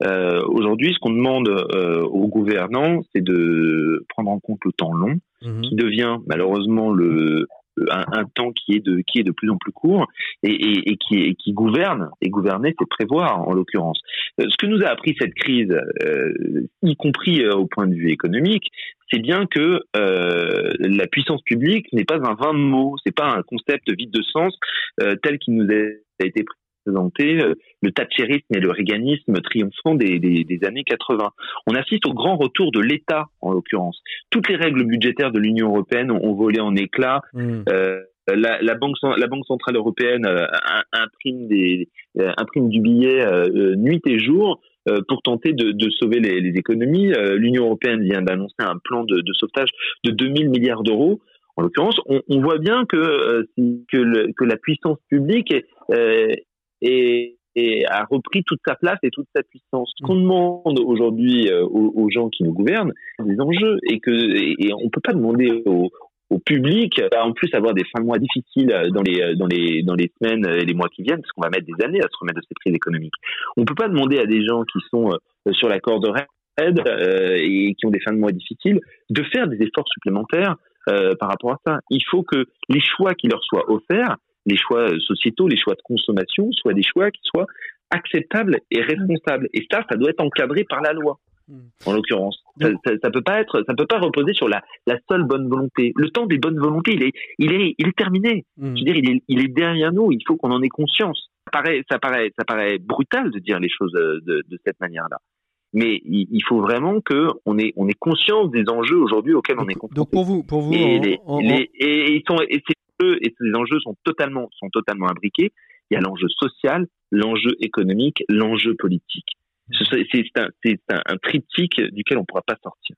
Speaker 6: Euh, aujourd'hui, ce qu'on demande euh, aux gouvernants, c'est de prendre en compte le temps long, mmh. qui devient malheureusement le un, un temps qui est de qui est de plus en plus court et, et, et qui et qui gouverne. Et gouverner, c'est prévoir en l'occurrence. Euh, ce que nous a appris cette crise, euh, y compris euh, au point de vue économique, c'est bien que euh, la puissance publique n'est pas un vain mot, c'est pas un concept vide de sens euh, tel qu'il nous a été présenté, euh, le thatchérisme et le réganisme triomphant des, des, des années quatre-vingts. On assiste au grand retour de l'État, en l'occurrence. Toutes les règles budgétaires de l'Union européenne ont, ont volé en éclats. Mmh. Euh, la, la, banque, la Banque centrale européenne euh, imprime, des, euh, imprime du billet euh, nuit et jour euh, pour tenter de, de sauver les, les économies. Euh, L'Union européenne vient d'annoncer un plan de, de sauvetage de deux mille milliards d'euros. En l'occurrence, on, on voit bien que, euh, que, le, que la puissance publique est, euh, est, est, a repris toute sa place et toute sa puissance. Ce qu'on demande aujourd'hui euh, aux, aux gens qui nous gouvernent, c'est des enjeux, et que et, et on peut pas demander aux au public, en plus avoir des fins de mois difficiles dans les dans les dans les semaines et les mois qui viennent, parce qu'on va mettre des années à se remettre de cette crise économique. On peut pas demander à des gens qui sont euh, sur la corde raide euh, et qui ont des fins de mois difficiles de faire des efforts supplémentaires euh, par rapport à ça. Il faut que les choix qui leur soient offerts, les choix sociétaux, les choix de consommation, soient des choix qui soient acceptables et responsables. Et ça, ça doit être encadré par la loi. En l'occurrence, ça, ça, ça peut pas être, ça peut pas reposer sur la, la seule bonne volonté. Le temps des bonnes volontés, il est, il est, il est terminé. Mmh. Je veux dire, il est, il est derrière nous. Il faut qu'on en ait conscience. Ça paraît, ça paraît, ça paraît brutal de dire les choses de, de, de cette manière-là. Mais il, il faut vraiment que on ait, on ait conscience des enjeux aujourd'hui auxquels on est confronté.
Speaker 2: Donc pour vous, pour vous,
Speaker 6: et,
Speaker 2: en,
Speaker 6: les,
Speaker 2: en,
Speaker 6: les, et ils sont, et ces enjeux, et ces enjeux sont totalement, sont totalement imbriqués. Il y a l'enjeu social, l'enjeu économique, l'enjeu politique. C'est, c'est, un, c'est un, un triptyque duquel on ne pourra pas sortir.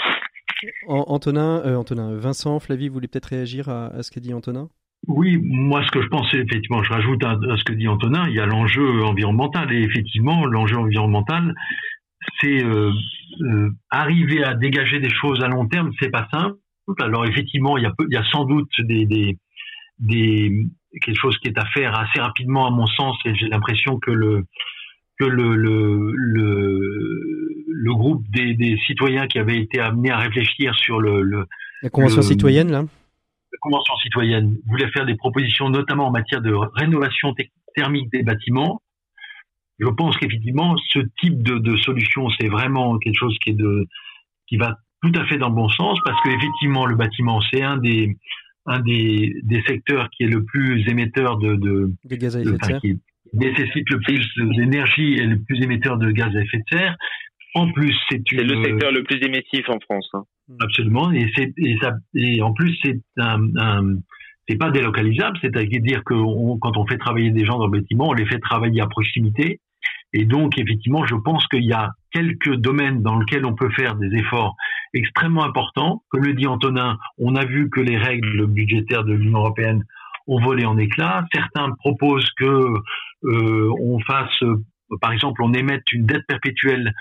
Speaker 2: Antonin, euh, Antonin, Vincent, Flavie, vous voulez peut-être réagir à, à ce qu'a dit Antonin ?
Speaker 5: Oui, moi ce que je pensais, effectivement, je rajoute à, à ce que dit Antonin, il y a l'enjeu environnemental. Et effectivement, l'enjeu environnemental, c'est euh, euh, arriver à dégager des choses à long terme, c'est pas simple. Alors effectivement, il y a, peu, il y a sans doute des, des, des, quelque chose qui est à faire assez rapidement, à mon sens, et j'ai l'impression que le que le, le, le, le groupe des, des citoyens qui avaient été amenés à réfléchir sur le... le
Speaker 2: la convention le, citoyenne, là
Speaker 5: La convention citoyenne voulait faire des propositions, notamment en matière de rénovation thermique des bâtiments. Je pense qu'effectivement, ce type de, de solution, c'est vraiment quelque chose qui, est de, qui va tout à fait dans le bon sens, parce qu'effectivement, le bâtiment, c'est un des, un des, des secteurs qui est le plus émetteur de... de,
Speaker 2: de gaz à effet de, de serre.
Speaker 5: Qui, nécessite le plus d'énergie et le plus émetteur de gaz à effet de serre. En plus, c'est, une...
Speaker 6: c'est le secteur le plus émissif en France. Hein.
Speaker 5: Absolument, et c'est et ça et en plus c'est un, un c'est pas délocalisable, c'est-à-dire que on, quand on fait travailler des gens dans le bâtiment, on les fait travailler à proximité. Et donc effectivement, je pense qu'il y a quelques domaines dans lesquels on peut faire des efforts extrêmement importants. Comme le dit Antonin, on a vu que les règles budgétaires de l'Union européenne ont volé en éclats. Certains proposent que euh, on fasse, euh, par exemple, on émette une dette perpétuelle,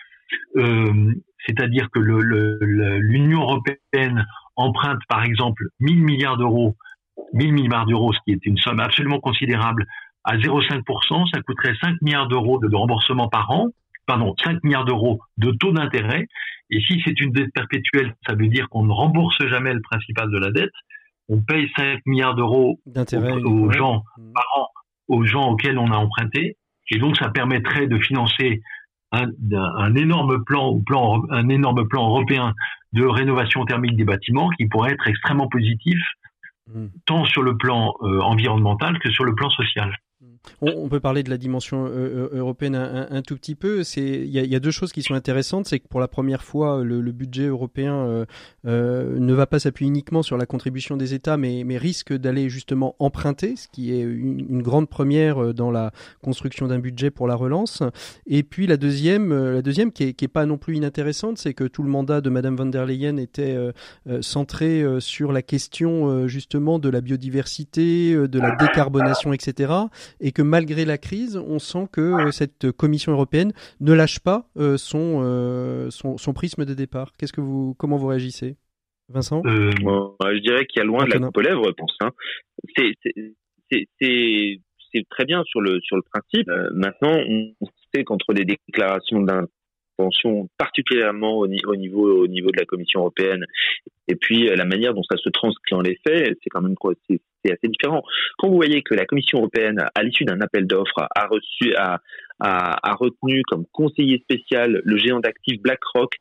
Speaker 5: euh, c'est-à-dire que le, le, le, l'Union européenne emprunte, par exemple, mille milliards d'euros, mille milliards d'euros, ce qui est une somme absolument considérable, à zéro virgule cinq pour cent, ça coûterait cinq milliards d'euros de, de remboursement par an, pardon, cinq milliards d'euros de taux d'intérêt. Et si c'est une dette perpétuelle, ça veut dire qu'on ne rembourse jamais le principal de la dette. On paye cinq milliards d'euros
Speaker 2: d'intérêt
Speaker 5: aux, aux gens par an, aux gens auxquels on a emprunté, et donc ça permettrait de financer un, un, un énorme plan, plan, un énorme plan européen de rénovation thermique des bâtiments qui pourrait être extrêmement positif, mmh. tant sur le plan euh, environnemental que sur le plan social.
Speaker 2: On, on peut parler de la dimension euh, européenne un, un, un tout petit peu. C'est, il y a, y a deux choses qui sont intéressantes, c'est que pour la première fois, le, le budget européen euh, euh, ne va pas s'appuyer uniquement sur la contribution des États, mais, mais risque d'aller justement emprunter, ce qui est une, une grande première dans la construction d'un budget pour la relance. Et puis la deuxième, euh, la deuxième qui est, qui est pas non plus inintéressante, c'est que tout le mandat de Madame von der Leyen était euh, euh, centré euh, sur la question euh, justement de la biodiversité, euh, de la décarbonation, et cetera. Et que malgré la crise, on sent que euh, cette Commission européenne ne lâche pas euh, son, euh, son son prisme de départ. Qu'est-ce que vous, comment vous réagissez, Vincent ?
Speaker 6: euh, bon, Je dirais qu'il y a loin Antonin. de la coupe aux lèvres, je pense. Hein. C'est, c'est, c'est, c'est, c'est très bien sur le sur le principe. Euh, maintenant, on sait qu'entre les déclarations d'intention, particulièrement au, ni- au niveau au niveau de la Commission européenne, et puis euh, la manière dont ça se transcrit en les faits, c'est quand même c'est, c'est assez différent. Quand vous voyez que la Commission européenne, à l'issue d'un appel d'offres, a reçu a, a, a retenu comme conseiller spécial le géant d'actifs BlackRock,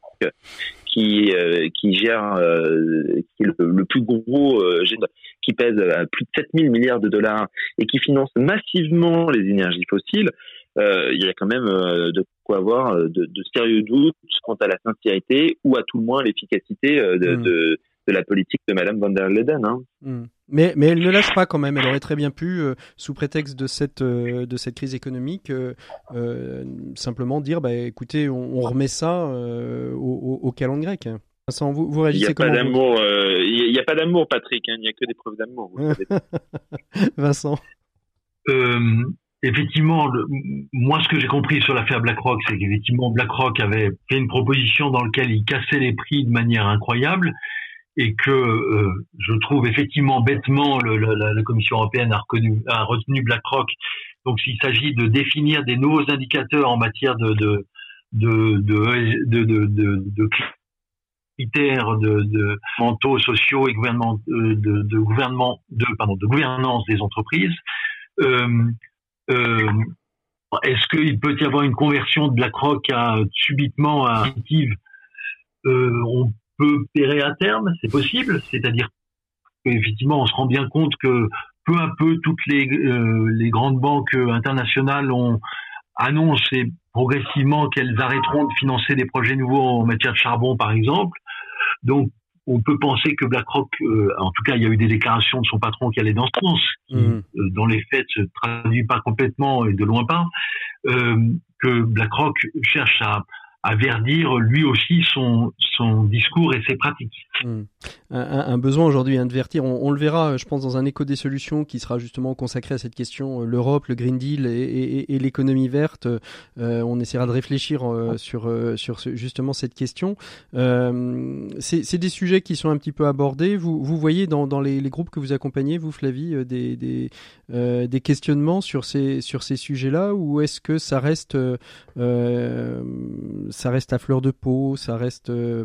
Speaker 6: qui euh, qui gère euh, qui est le, le plus gros euh, qui pèse à plus de sept mille milliards de dollars et qui finance massivement les énergies fossiles, euh, il y a quand même euh, de quoi avoir de, de sérieux doutes quant à la sincérité ou à tout le moins l'efficacité euh, de, mmh. de de la politique de Madame von der Leyen. Hein.
Speaker 2: Mmh. Mais, mais elle ne lâche pas quand même. Elle aurait très bien pu, euh, sous prétexte de cette, euh, de cette crise économique, euh, euh, simplement dire, bah, écoutez, on, on remet ça euh, au, au calendrier grec. Vincent, vous, vous réagissez comment?
Speaker 6: Il n'y a pas d'amour, euh, il n'y a pas d'amour, Patrick. Hein, il n'y a que des preuves d'amour. Vous savez.
Speaker 2: Vincent.
Speaker 5: Euh, effectivement, le, moi, ce que j'ai compris sur l'affaire BlackRock, c'est qu'effectivement, BlackRock avait fait une proposition dans laquelle il cassait les prix de manière incroyable. Et que euh, je trouve effectivement bêtement le, le, la, la Commission européenne a, reconnu, a retenu BlackRock. Donc s'il s'agit de définir des nouveaux indicateurs en matière de de de de de, de, de, de critères de, de mentaux, sociaux et gouvernement de, de, de gouvernement de pardon de gouvernance des entreprises, euh, euh, est-ce qu'il peut y avoir une conversion de BlackRock à subitement à active? euh, on peut pérer à terme, c'est possible, c'est-à-dire qu'effectivement on se rend bien compte que peu à peu toutes les euh, les grandes banques internationales ont annoncé progressivement qu'elles arrêteront de financer des projets nouveaux en matière de charbon par exemple. Donc on peut penser que BlackRock, euh, en tout cas il y a eu des déclarations de son patron qui allaient dans ce sens, qui mmh. euh, dans les faits se traduit pas complètement et de loin pas, euh, que BlackRock cherche à à verdir lui aussi son son discours et ses pratiques.
Speaker 2: Mmh. Un, un besoin aujourd'hui hein, de verdir. On, on le verra, je pense, dans un écho des solutions qui sera justement consacré à cette question. L'Europe, le Green Deal et, et, et l'économie verte. Euh, on essaiera de réfléchir euh, sur euh, sur ce, justement cette question. Euh, c'est, c'est des sujets qui sont un petit peu abordés. Vous vous voyez dans dans les, les groupes que vous accompagnez, vous Flavie, des des euh, des questionnements sur ces sur ces sujets-là, ou est-ce que ça reste euh, ça reste à fleur de peau, ça reste, euh,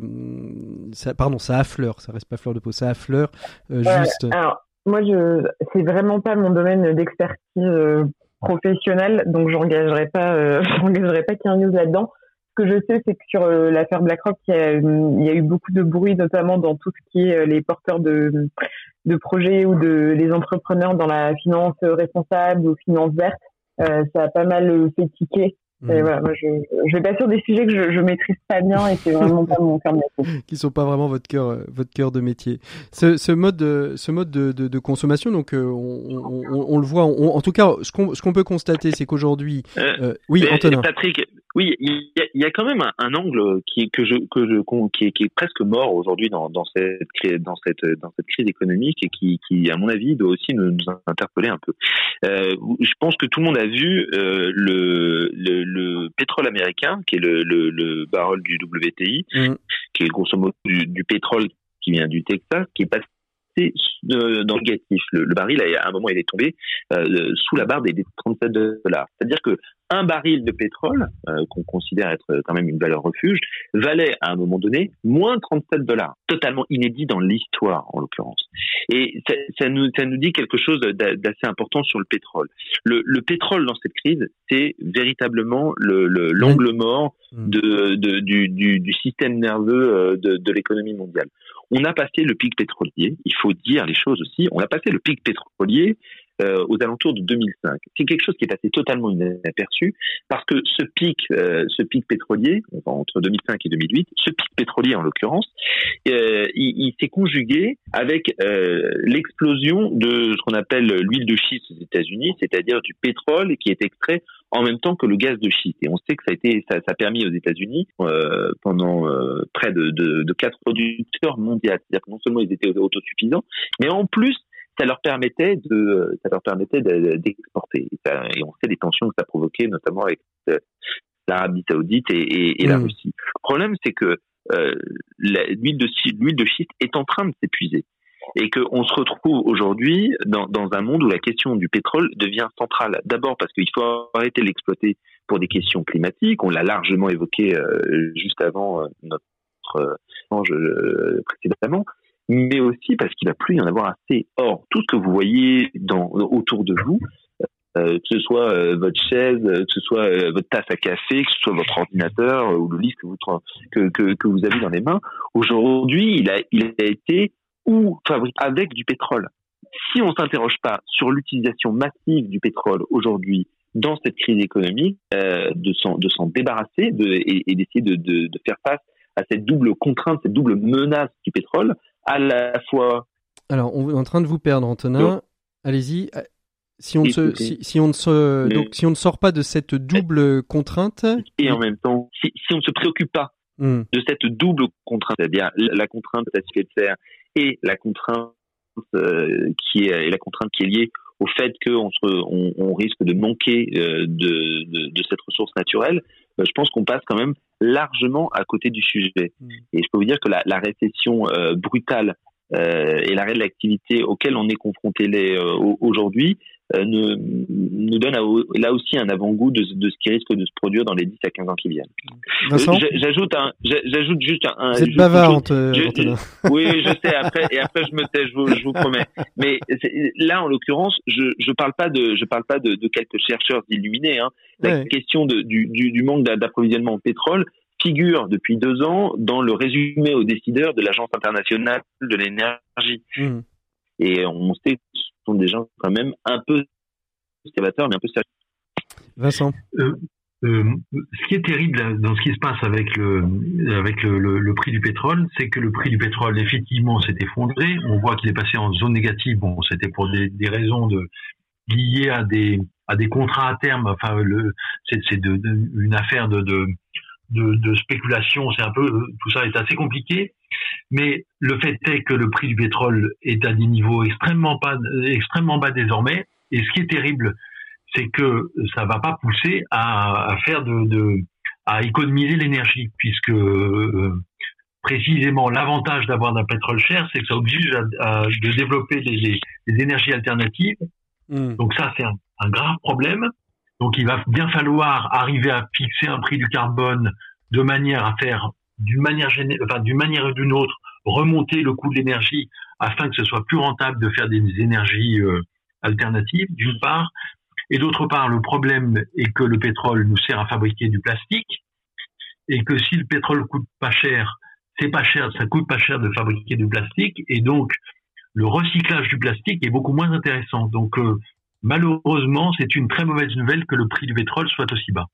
Speaker 2: ça, pardon, ça affleure, ça reste pas fleur de peau, ça affleure euh, juste.
Speaker 4: Euh, alors, moi, je, c'est vraiment pas mon domaine d'expertise euh, professionnelle, donc j'engagerai pas, euh, j'engagerai pas qu'un news là-dedans. Ce que je sais, c'est que sur euh, l'affaire BlackRock, il y, a, il y a eu beaucoup de bruit, notamment dans tout ce qui est euh, les porteurs de, de projets ou de les entrepreneurs dans la finance responsable ou finance verte. Euh, ça a pas mal fait tiquer. Et voilà, moi je je vais pas sur des sujets que je je maîtrise pas bien et c'est vraiment pas mon cœur de métier.
Speaker 2: Qui sont pas vraiment votre cœur votre cœur de métier. Ce ce mode de, ce mode de de, de consommation, donc euh, on, on on le voit. On, en tout cas, ce qu'on ce qu'on peut constater, c'est qu'aujourd'hui, euh, euh, oui, Antonin.
Speaker 6: Patrick, oui, il y a, il y a quand même un, un angle qui que je que je qui est qui est presque mort aujourd'hui dans dans cette dans cette dans cette crise économique et qui qui à mon avis doit aussi nous, nous interpeller un peu. Euh, je pense que tout le monde a vu euh, le, le le pétrole américain, qui est le, le, le baril du W T I, mmh. qui est grosso modo du, du pétrole qui vient du Texas, qui est passé euh, dans le négatif. Le, le baril, à un moment, il est tombé euh, sous la barre des, des trente-sept dollars. C'est-à-dire que un baril de pétrole, euh, qu'on considère être quand même une valeur refuge, valait à un moment donné moins trente-sept dollars. Totalement inédit dans l'histoire, en l'occurrence. Et ça, ça, nous, ça nous dit quelque chose d'assez important sur le pétrole. Le, le pétrole dans cette crise, c'est véritablement le, le, l'angle mort de, de, du, du, du système nerveux de, de l'économie mondiale. On a passé le pic pétrolier, il faut dire les choses aussi, on a passé le pic pétrolier Euh, aux alentours de deux mille cinq. C'est quelque chose qui est passé totalement inaperçu parce que ce pic, euh, ce pic pétrolier, enfin, entre deux mille cinq et deux mille huit, ce pic pétrolier en l'occurrence, euh, il, il s'est conjugué avec euh, l'explosion de ce qu'on appelle l'huile de schiste aux États-Unis, c'est-à-dire du pétrole qui est extrait en même temps que le gaz de schiste. Et on sait que ça a été, ça, ça a permis aux États-Unis euh, pendant euh, près de, de, de quatre producteurs mondiaux, c'est-à-dire que non seulement ils étaient autosuffisants, mais en plus ça leur permettait de, ça leur permettait de, d'exporter. Et, ça, et on sait les tensions que ça provoquait, notamment avec euh, l'Arabie Saoudite et, et, et mmh. la Russie. Le problème, c'est que euh, la, l'huile de l'huile de schiste est en train de s'épuiser. et qu'on se retrouve aujourd'hui dans, dans un monde où la question du pétrole devient centrale. D'abord parce qu'il faut arrêter de l'exploiter pour des questions climatiques, on l'a largement évoqué euh, juste avant euh, notre échange euh, précédemment, mais aussi parce qu'il ne va plus y en avoir assez. Or, tout ce que vous voyez dans, autour de vous, euh, que ce soit euh, votre chaise, que ce soit euh, votre tasse à café, que ce soit votre ordinateur euh, ou le livre que vous, que, que, que vous avez dans les mains, aujourd'hui, il a, il a été ou fabriqué avec du pétrole. Si on ne s'interroge pas sur l'utilisation massive du pétrole aujourd'hui dans cette crise économique, euh, de s'en, de s'en débarrasser de, et, et d'essayer de, de, de faire face à cette double contrainte, cette double menace du pétrole, à la fois...
Speaker 2: Alors, on est en train de vous perdre, Antonin. Allez-y. Si on, ne se, si, si, on ne se, donc, si on ne sort pas de cette double contrainte...
Speaker 6: Et en même temps, si, si on ne se préoccupe pas mmh. de cette double contrainte, c'est-à-dire la contrainte de faire et la contrainte, euh, qui est, et la contrainte qui est liée au fait qu'on se, on, on risque de manquer euh, de, de, de cette ressource naturelle, euh, je pense qu'on passe quand même largement à côté du sujet. Mmh. Et je peux vous dire que la, la récession euh, brutale euh, et l'arrêt de l'activité auquel on est confronté les, euh, aujourd'hui euh, nous, nous donne à, là aussi un avant-goût de, de ce qui risque de se produire dans les dix à quinze ans qui viennent.
Speaker 2: Vincent,
Speaker 6: euh, j'ajoute, un, j'ajoute juste un...
Speaker 2: Vous êtes bavard, Antonin.
Speaker 6: Oui, je sais, après, et après je me tais, je vous, je vous promets. Mais là, en l'occurrence, je je parle pas de je parle pas de, de quelques chercheurs illuminés. Hein. La ouais. question de, du, du, du manque d'approvisionnement en pétrole figure depuis deux ans dans le résumé aux décideurs de l'Agence internationale de l'énergie. Mmh. Et on sait que ce sont des gens quand même un peu conservateurs, mais un peu sérieux.
Speaker 2: Vincent.
Speaker 5: Euh, euh, ce qui est terrible dans ce qui se passe avec le avec le, le, le prix du pétrole, c'est que le prix du pétrole effectivement s'est effondré. On voit qu'il est passé en zone négative. Bon, c'était pour des, des raisons de liées à des à des contrats à terme. Enfin, le c'est, c'est de, de, une affaire de, de de de spéculation. C'est un peu tout ça est assez compliqué. Mais le fait est que le prix du pétrole est à des niveaux extrêmement bas, extrêmement bas désormais. Et ce qui est terrible, c'est que ça va pas pousser à, à faire de, de, à économiser l'énergie, puisque euh, précisément l'avantage d'avoir un pétrole cher, c'est que ça oblige à, à de développer les, les, les énergies alternatives. Mmh. Donc ça, c'est un, un grave problème. Donc il va bien falloir arriver à fixer un prix du carbone de manière à faire d'une manière géné- enfin d'une manière ou d'une autre remonter le coût de l'énergie afin que ce soit plus rentable de faire des énergies euh, alternatives d'une part, et d'autre part le problème est que le pétrole nous sert à fabriquer du plastique et que si le pétrole coûte pas cher, c'est pas cher, ça coûte pas cher de fabriquer du plastique et donc le recyclage du plastique est beaucoup moins intéressant. Donc euh, malheureusement, c'est une très mauvaise nouvelle que le prix du pétrole soit aussi bas.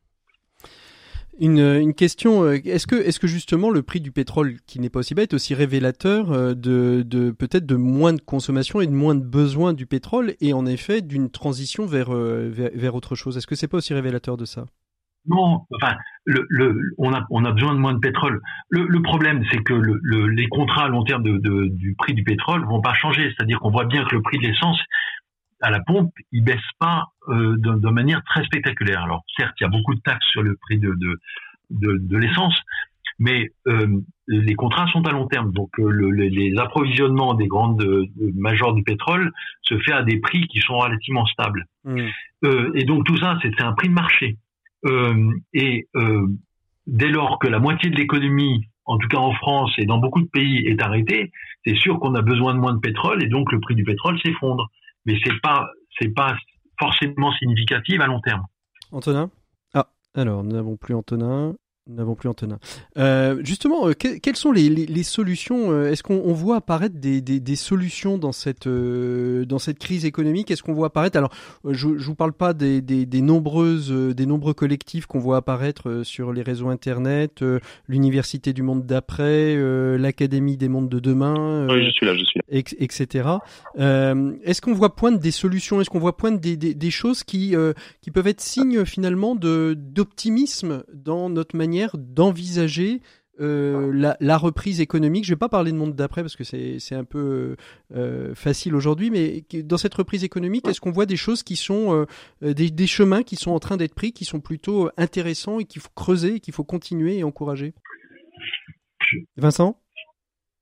Speaker 2: Une, une question, est-ce que, est-ce que justement le prix du pétrole, qui n'est pas aussi bas, est aussi révélateur de, de peut-être de moins de consommation et de moins de besoin du pétrole et en effet d'une transition vers, vers, vers autre chose? Est-ce que c'est pas aussi révélateur de ça?
Speaker 5: Non, enfin, le, le, on a, on a besoin de moins de pétrole. Le, le problème, c'est que le, le, les contrats à long terme de, de, du prix du pétrole vont pas changer. C'est-à-dire qu'on voit bien que le prix de l'essence à la pompe, il baisse pas euh, de, de manière très spectaculaire. Alors certes, il y a beaucoup de taxes sur le prix de de de, de l'essence, mais euh, les contrats sont à long terme. Donc euh, le, les, les approvisionnements des grandes de, de majors du pétrole se fait à des prix qui sont relativement stables. Mmh. Euh, et donc tout ça, c'est, c'est un prix de marché. Euh, et euh, dès lors que la moitié de l'économie, en tout cas en France et dans beaucoup de pays, est arrêtée, c'est sûr qu'on a besoin de moins de pétrole et donc le prix du pétrole s'effondre. Mais c'est pas, c'est pas forcément significatif à long terme.
Speaker 2: Antonin ? Ah, alors, nous n'avons plus Antonin. Nous n'avons plus Antonin. Euh, justement, euh, que, quelles sont les, les, les solutions euh, Est-ce qu'on on voit apparaître des, des, des solutions dans cette, euh, dans cette crise économique? Est-ce qu'on voit apparaître... Alors, euh, je ne vous parle pas des, des, des, nombreuses, euh, des nombreux collectifs qu'on voit apparaître euh, sur les réseaux Internet, euh, l'Université du monde d'après, euh, l'Académie des mondes de demain, euh,
Speaker 6: oui, je suis là, je suis là.
Speaker 2: Et, et cetera. Euh, est-ce qu'on voit poindre des solutions? Est-ce qu'on voit poindre des, des, des choses qui, euh, qui peuvent être signes finalement de, d'optimisme dans notre manière d'envisager euh, la, la reprise économique? Je vais pas parler de monde d'après parce que c'est, c'est un peu euh, facile aujourd'hui, mais dans cette reprise économique, est-ce qu'on voit des choses qui sont euh, des, des chemins qui sont en train d'être pris, qui sont plutôt intéressants et qu'il faut creuser, et qu'il faut continuer et encourager? Vincent ?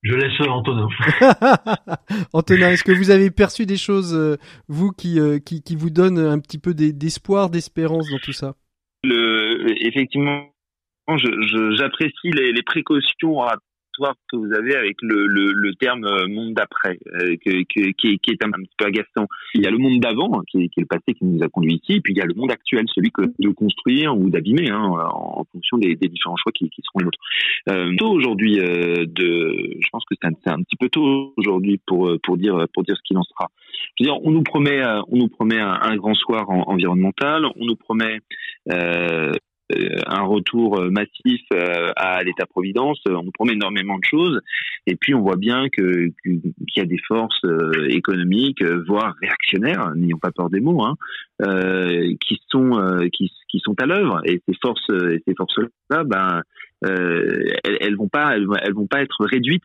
Speaker 5: Je laisse Antonin.
Speaker 2: Antonin, est-ce que vous avez perçu des choses, euh, vous, qui, euh, qui, qui vous donnent un petit peu d'espoir, d'espérance dans tout ça?
Speaker 6: Le, effectivement, je, je, j'apprécie les, les précautions oratoires que vous avez avec le, le, le terme monde d'après, euh, que, que, qui, est, qui est un, un petit peu agaçant. Il y a le monde d'avant, qui est, qui est le passé qui nous a conduits ici, et puis il y a le monde actuel, celui que de construire ou d'abîmer, hein, en, en fonction des, des différents choix qui, qui seront les nôtres. Euh, tôt aujourd'hui, euh, de, je pense que c'est un, c'est un petit peu tôt aujourd'hui pour pour dire pour dire ce qu'il en sera. Je veux dire, on nous promet on nous promet un, un grand soir en, environnemental, on nous promet euh, un retour massif à l'État-providence, on nous promet énormément de choses, et puis on voit bien que qu'il y a des forces économiques, voire réactionnaires, n'ayons pas peur des mots, hein, euh, qui sont qui qui sont à l'œuvre, et ces forces et ces forces-là, ben euh, elles, elles vont pas elles, elles vont pas être réduites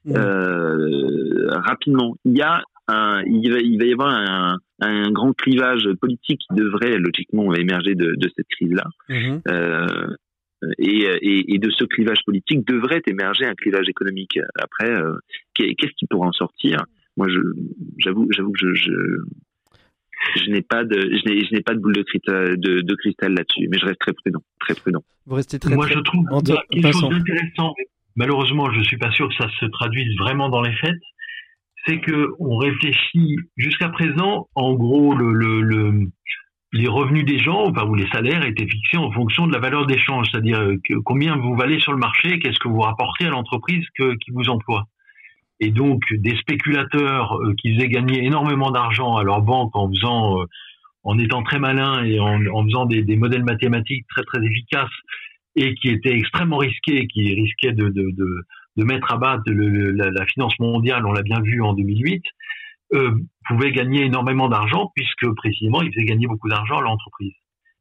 Speaker 6: euh, rapidement. Il y a un, il va, il va y avoir un, un grand clivage politique qui devrait logiquement émerger de, de cette crise-là. Mmh. Euh, et, et, et de ce clivage politique devrait émerger un clivage économique. Après, euh, qu'est-ce qui pourra en sortir? Moi, je, j'avoue, j'avoue que je, je, je n'ai pas de, je n'ai, je n'ai pas de boule de cristal, de, de cristal là-dessus, mais je reste très prudent, très prudent.
Speaker 2: Vous restez très.
Speaker 5: Moi,
Speaker 2: très...
Speaker 5: je trouve
Speaker 2: Anto...
Speaker 5: quelque chose d'intéressant. Malheureusement, je suis pas sûr que ça se traduise vraiment dans les faits. C'est que on réfléchit jusqu'à présent, en gros, le, le, le, les revenus des gens, enfin, ou les salaires étaient fixés en fonction de la valeur d'échange, c'est-à-dire que combien vous valez sur le marché, qu'est-ce que vous rapportez à l'entreprise que, qui vous emploie. Et donc, des spéculateurs euh, qui faisaient gagner énormément d'argent à leur banque en faisant, euh, en étant très malins et en, en faisant des, des modèles mathématiques très très efficaces et qui étaient extrêmement risqués, qui risquaient de, de, de de mettre à bas le, le, la, la finance mondiale, on l'a bien vu en deux mille huit, euh, pouvaient gagner énormément d'argent puisque précisément ils faisaient gagner beaucoup d'argent à l'entreprise.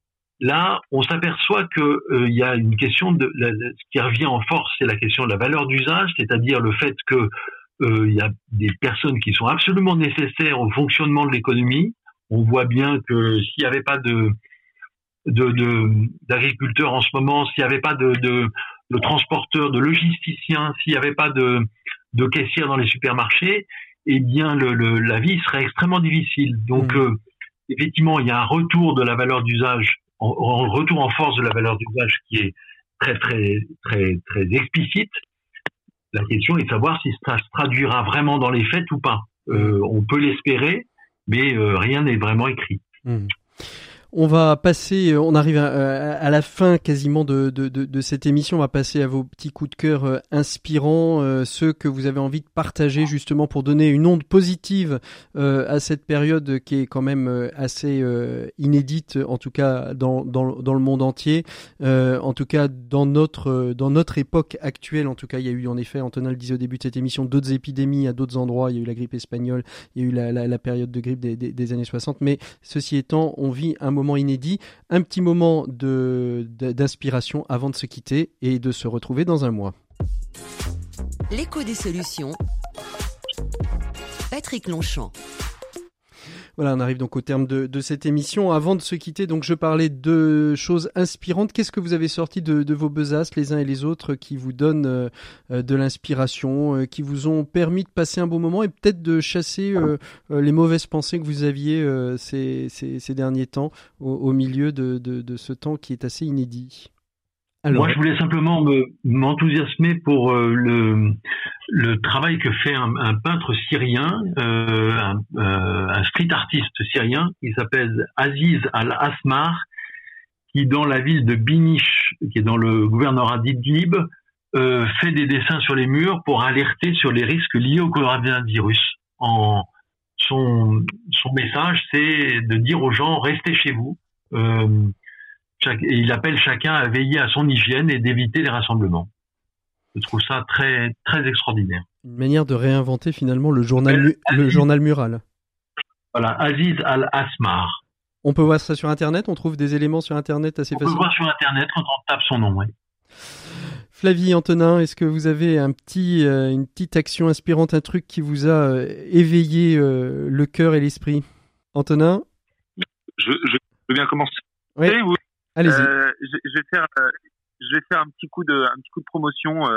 Speaker 5: Là, on s'aperçoit que il euh, y a une question de la, ce qui revient en force, c'est la question de la valeur d'usage, c'est-à-dire le fait que il euh, y a des personnes qui sont absolument nécessaires au fonctionnement de l'économie. On voit bien que s'il n'y avait pas de de, de d'agriculteurs en ce moment, s'il n'y avait pas de, de de transporteurs, de logisticiens, s'il n'y avait pas de, de caissières dans les supermarchés, eh bien le, le, la vie serait extrêmement difficile. Donc mmh. euh, effectivement, il y a un retour de la valeur d'usage, un retour en force de la valeur d'usage qui est très très très très explicite. La question est de savoir si ça se traduira vraiment dans les faits ou pas. Euh, on peut l'espérer, mais euh, rien n'est vraiment écrit.
Speaker 2: Mmh. On va passer, on arrive à, à la fin quasiment de, de, de, de cette émission. On va passer à vos petits coups de cœur euh, inspirants, euh, ceux que vous avez envie de partager justement pour donner une onde positive euh, à cette période qui est quand même euh, assez euh, inédite, en tout cas dans, dans, dans le monde entier. Euh, en tout cas dans notre, dans notre époque actuelle, en tout cas il y a eu en effet, Antonin le disait au début de cette émission, d'autres épidémies à d'autres endroits. Il y a eu la grippe espagnole, il y a eu la, la, la période de grippe des, des, des années soixante. Mais ceci étant, on vit un moment moment inédit, un petit moment de, de, d'inspiration avant de se quitter et de se retrouver dans un mois.
Speaker 3: L'écho des solutions. Patrick Longchamp.
Speaker 2: Voilà, on arrive donc au terme de, de cette émission. Avant de se quitter, donc je parlais de choses inspirantes. Qu'est-ce que vous avez sorti de, de vos besaces, les uns et les autres, qui vous donnent euh, de l'inspiration, euh, qui vous ont permis de passer un bon moment et peut-être de chasser euh, euh, les mauvaises pensées que vous aviez euh, ces, ces, ces derniers temps au, au milieu de, de, de ce temps qui est assez inédit?
Speaker 5: Alors, moi, je voulais simplement me, m'enthousiasmer pour euh, le, le travail que fait un, un peintre syrien, euh, un, euh, un street artiste syrien, qui s'appelle Aziz Al-Asmar, qui dans la ville de Binish, qui est dans le gouvernorat d'Idlib, euh, fait des dessins sur les murs pour alerter sur les risques liés au coronavirus. En, son, son message, c'est de dire aux gens, restez chez vous. Euh, Chaque, et il appelle chacun à veiller à son hygiène et d'éviter les rassemblements. Je trouve ça très, très extraordinaire.
Speaker 2: Une manière de réinventer finalement le journal, mu- le journal mural.
Speaker 5: Voilà, Aziz Al-Asmar.
Speaker 2: On peut voir ça sur Internet, on trouve des éléments sur Internet assez facilement.
Speaker 5: On peut voir sur Internet quand on tape son nom, oui.
Speaker 2: Flavie, Antonin, est-ce que vous avez un petit, euh, une petite action inspirante, un truc qui vous a euh, éveillé euh, le cœur et l'esprit? Antonin?
Speaker 6: Je, je veux bien commencer.
Speaker 2: Oui.
Speaker 6: Oui.
Speaker 2: Allez-y.
Speaker 6: Euh, je, je vais faire, euh, je vais faire un petit coup de, un petit coup de promotion. Euh,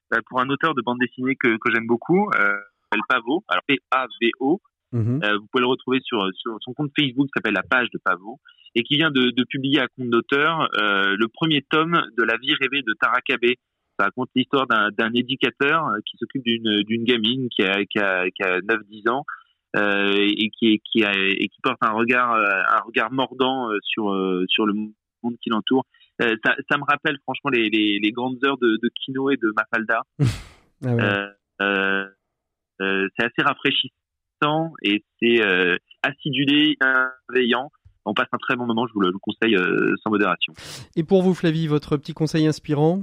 Speaker 6: euh, pour un auteur de bande dessinée que, que j'aime beaucoup, euh, s'appelle Pavot, alors P A V O. Mmh. Euh, vous pouvez le retrouver sur, sur son compte Facebook qui s'appelle La Page de Pavot et qui vient de, de publier à compte d'auteur euh, le premier tome de La vie rêvée de Tara Cabé. Ça raconte l'histoire d'un, d'un éducateur qui s'occupe d'une, d'une gamine qui a, qui a, qui a neuf dix ans euh, et, qui, qui a, et qui porte un regard, un regard mordant sur, sur le monde qui l'entoure. Euh, ça, ça me rappelle franchement les, les, les grandes heures de, de Kino et de Mafalda. Ah ouais. euh, euh, euh, c'est assez rafraîchissant et c'est euh, acidulé, bienveillant. On passe un très bon moment, je vous le, je vous conseille euh, sans modération.
Speaker 2: Et pour vous, Flavie, votre petit conseil inspirant,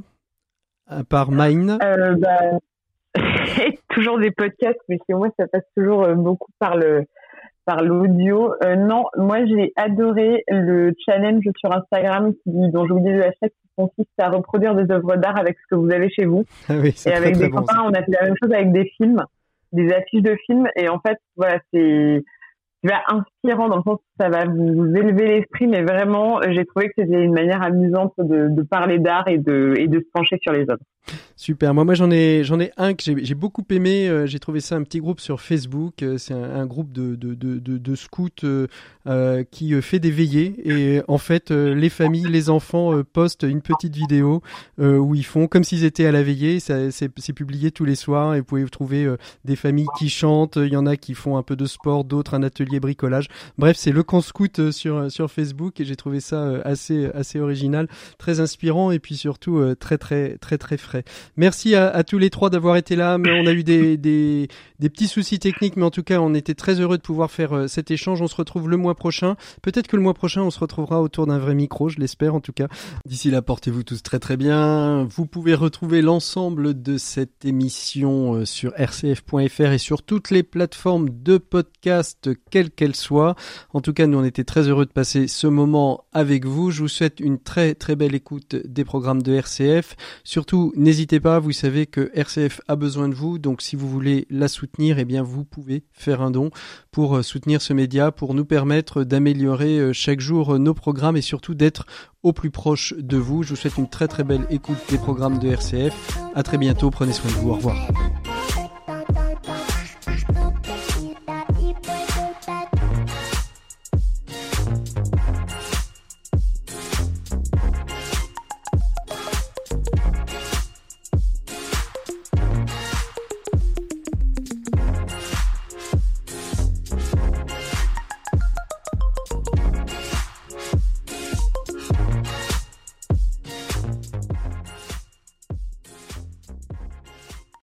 Speaker 2: à part Mine
Speaker 4: euh, bah, toujours des podcasts, mais chez moi, ça passe toujours euh, beaucoup par le par l'audio. Euh, non, moi, j'ai adoré le challenge sur Instagram qui, dont je vous disais à chaque qui consiste à reproduire des œuvres d'art avec ce que vous avez chez vous.
Speaker 2: Ah oui, c'est
Speaker 4: et
Speaker 2: très,
Speaker 4: avec
Speaker 2: très
Speaker 4: des
Speaker 2: bon,
Speaker 4: copains,
Speaker 2: ça.
Speaker 4: on a fait la même chose avec des films, des affiches de films. Et en fait, voilà, c'est inspirant dans le sens où ça va vous élever l'esprit, mais vraiment, j'ai trouvé que c'était une manière amusante de, de parler d'art et de, et de se pencher sur les œuvres.
Speaker 2: Super. Moi, moi, j'en ai, j'en ai un que j'ai, j'ai beaucoup aimé. Euh, j'ai trouvé ça un petit groupe sur Facebook. Euh, c'est un, un groupe de, de, de, de, de scouts euh, euh, qui fait des veillées. Et en fait, euh, les familles, les enfants euh, postent une petite vidéo euh, où ils font comme s'ils étaient à la veillée. Ça, c'est, c'est publié tous les soirs. Et vous pouvez trouver euh, des familles qui chantent. Il y en a qui font un peu de sport, d'autres un atelier bricolage. Bref, c'est le camp scout sur sur Facebook. Et j'ai trouvé ça euh, assez assez original, très inspirant et puis surtout euh, très très très très frais. Merci à, à tous les trois d'avoir été là, mais on a eu des, des, des petits soucis techniques, mais en tout cas on était très heureux de pouvoir faire euh, cet échange. On se retrouve le mois prochain, peut-être que le mois prochain on se retrouvera autour d'un vrai micro, je l'espère en tout cas. D'ici là, portez-vous tous très très bien. Vous pouvez retrouver l'ensemble de cette émission euh, sur r c f point f r et sur toutes les plateformes de podcast quelles qu'elles soient. En tout cas, nous on était très heureux de passer ce moment avec vous. Je vous souhaite une très très belle écoute des programmes de R C F. Surtout, n'hésitez pas, vous savez que R C F a besoin de vous, donc si vous voulez la soutenir, eh bien vous pouvez faire un don pour soutenir ce média, pour nous permettre d'améliorer chaque jour nos programmes et surtout d'être au plus proche de vous. Je vous souhaite une très très belle écoute des programmes de R C F. À très bientôt, prenez soin de vous, au revoir.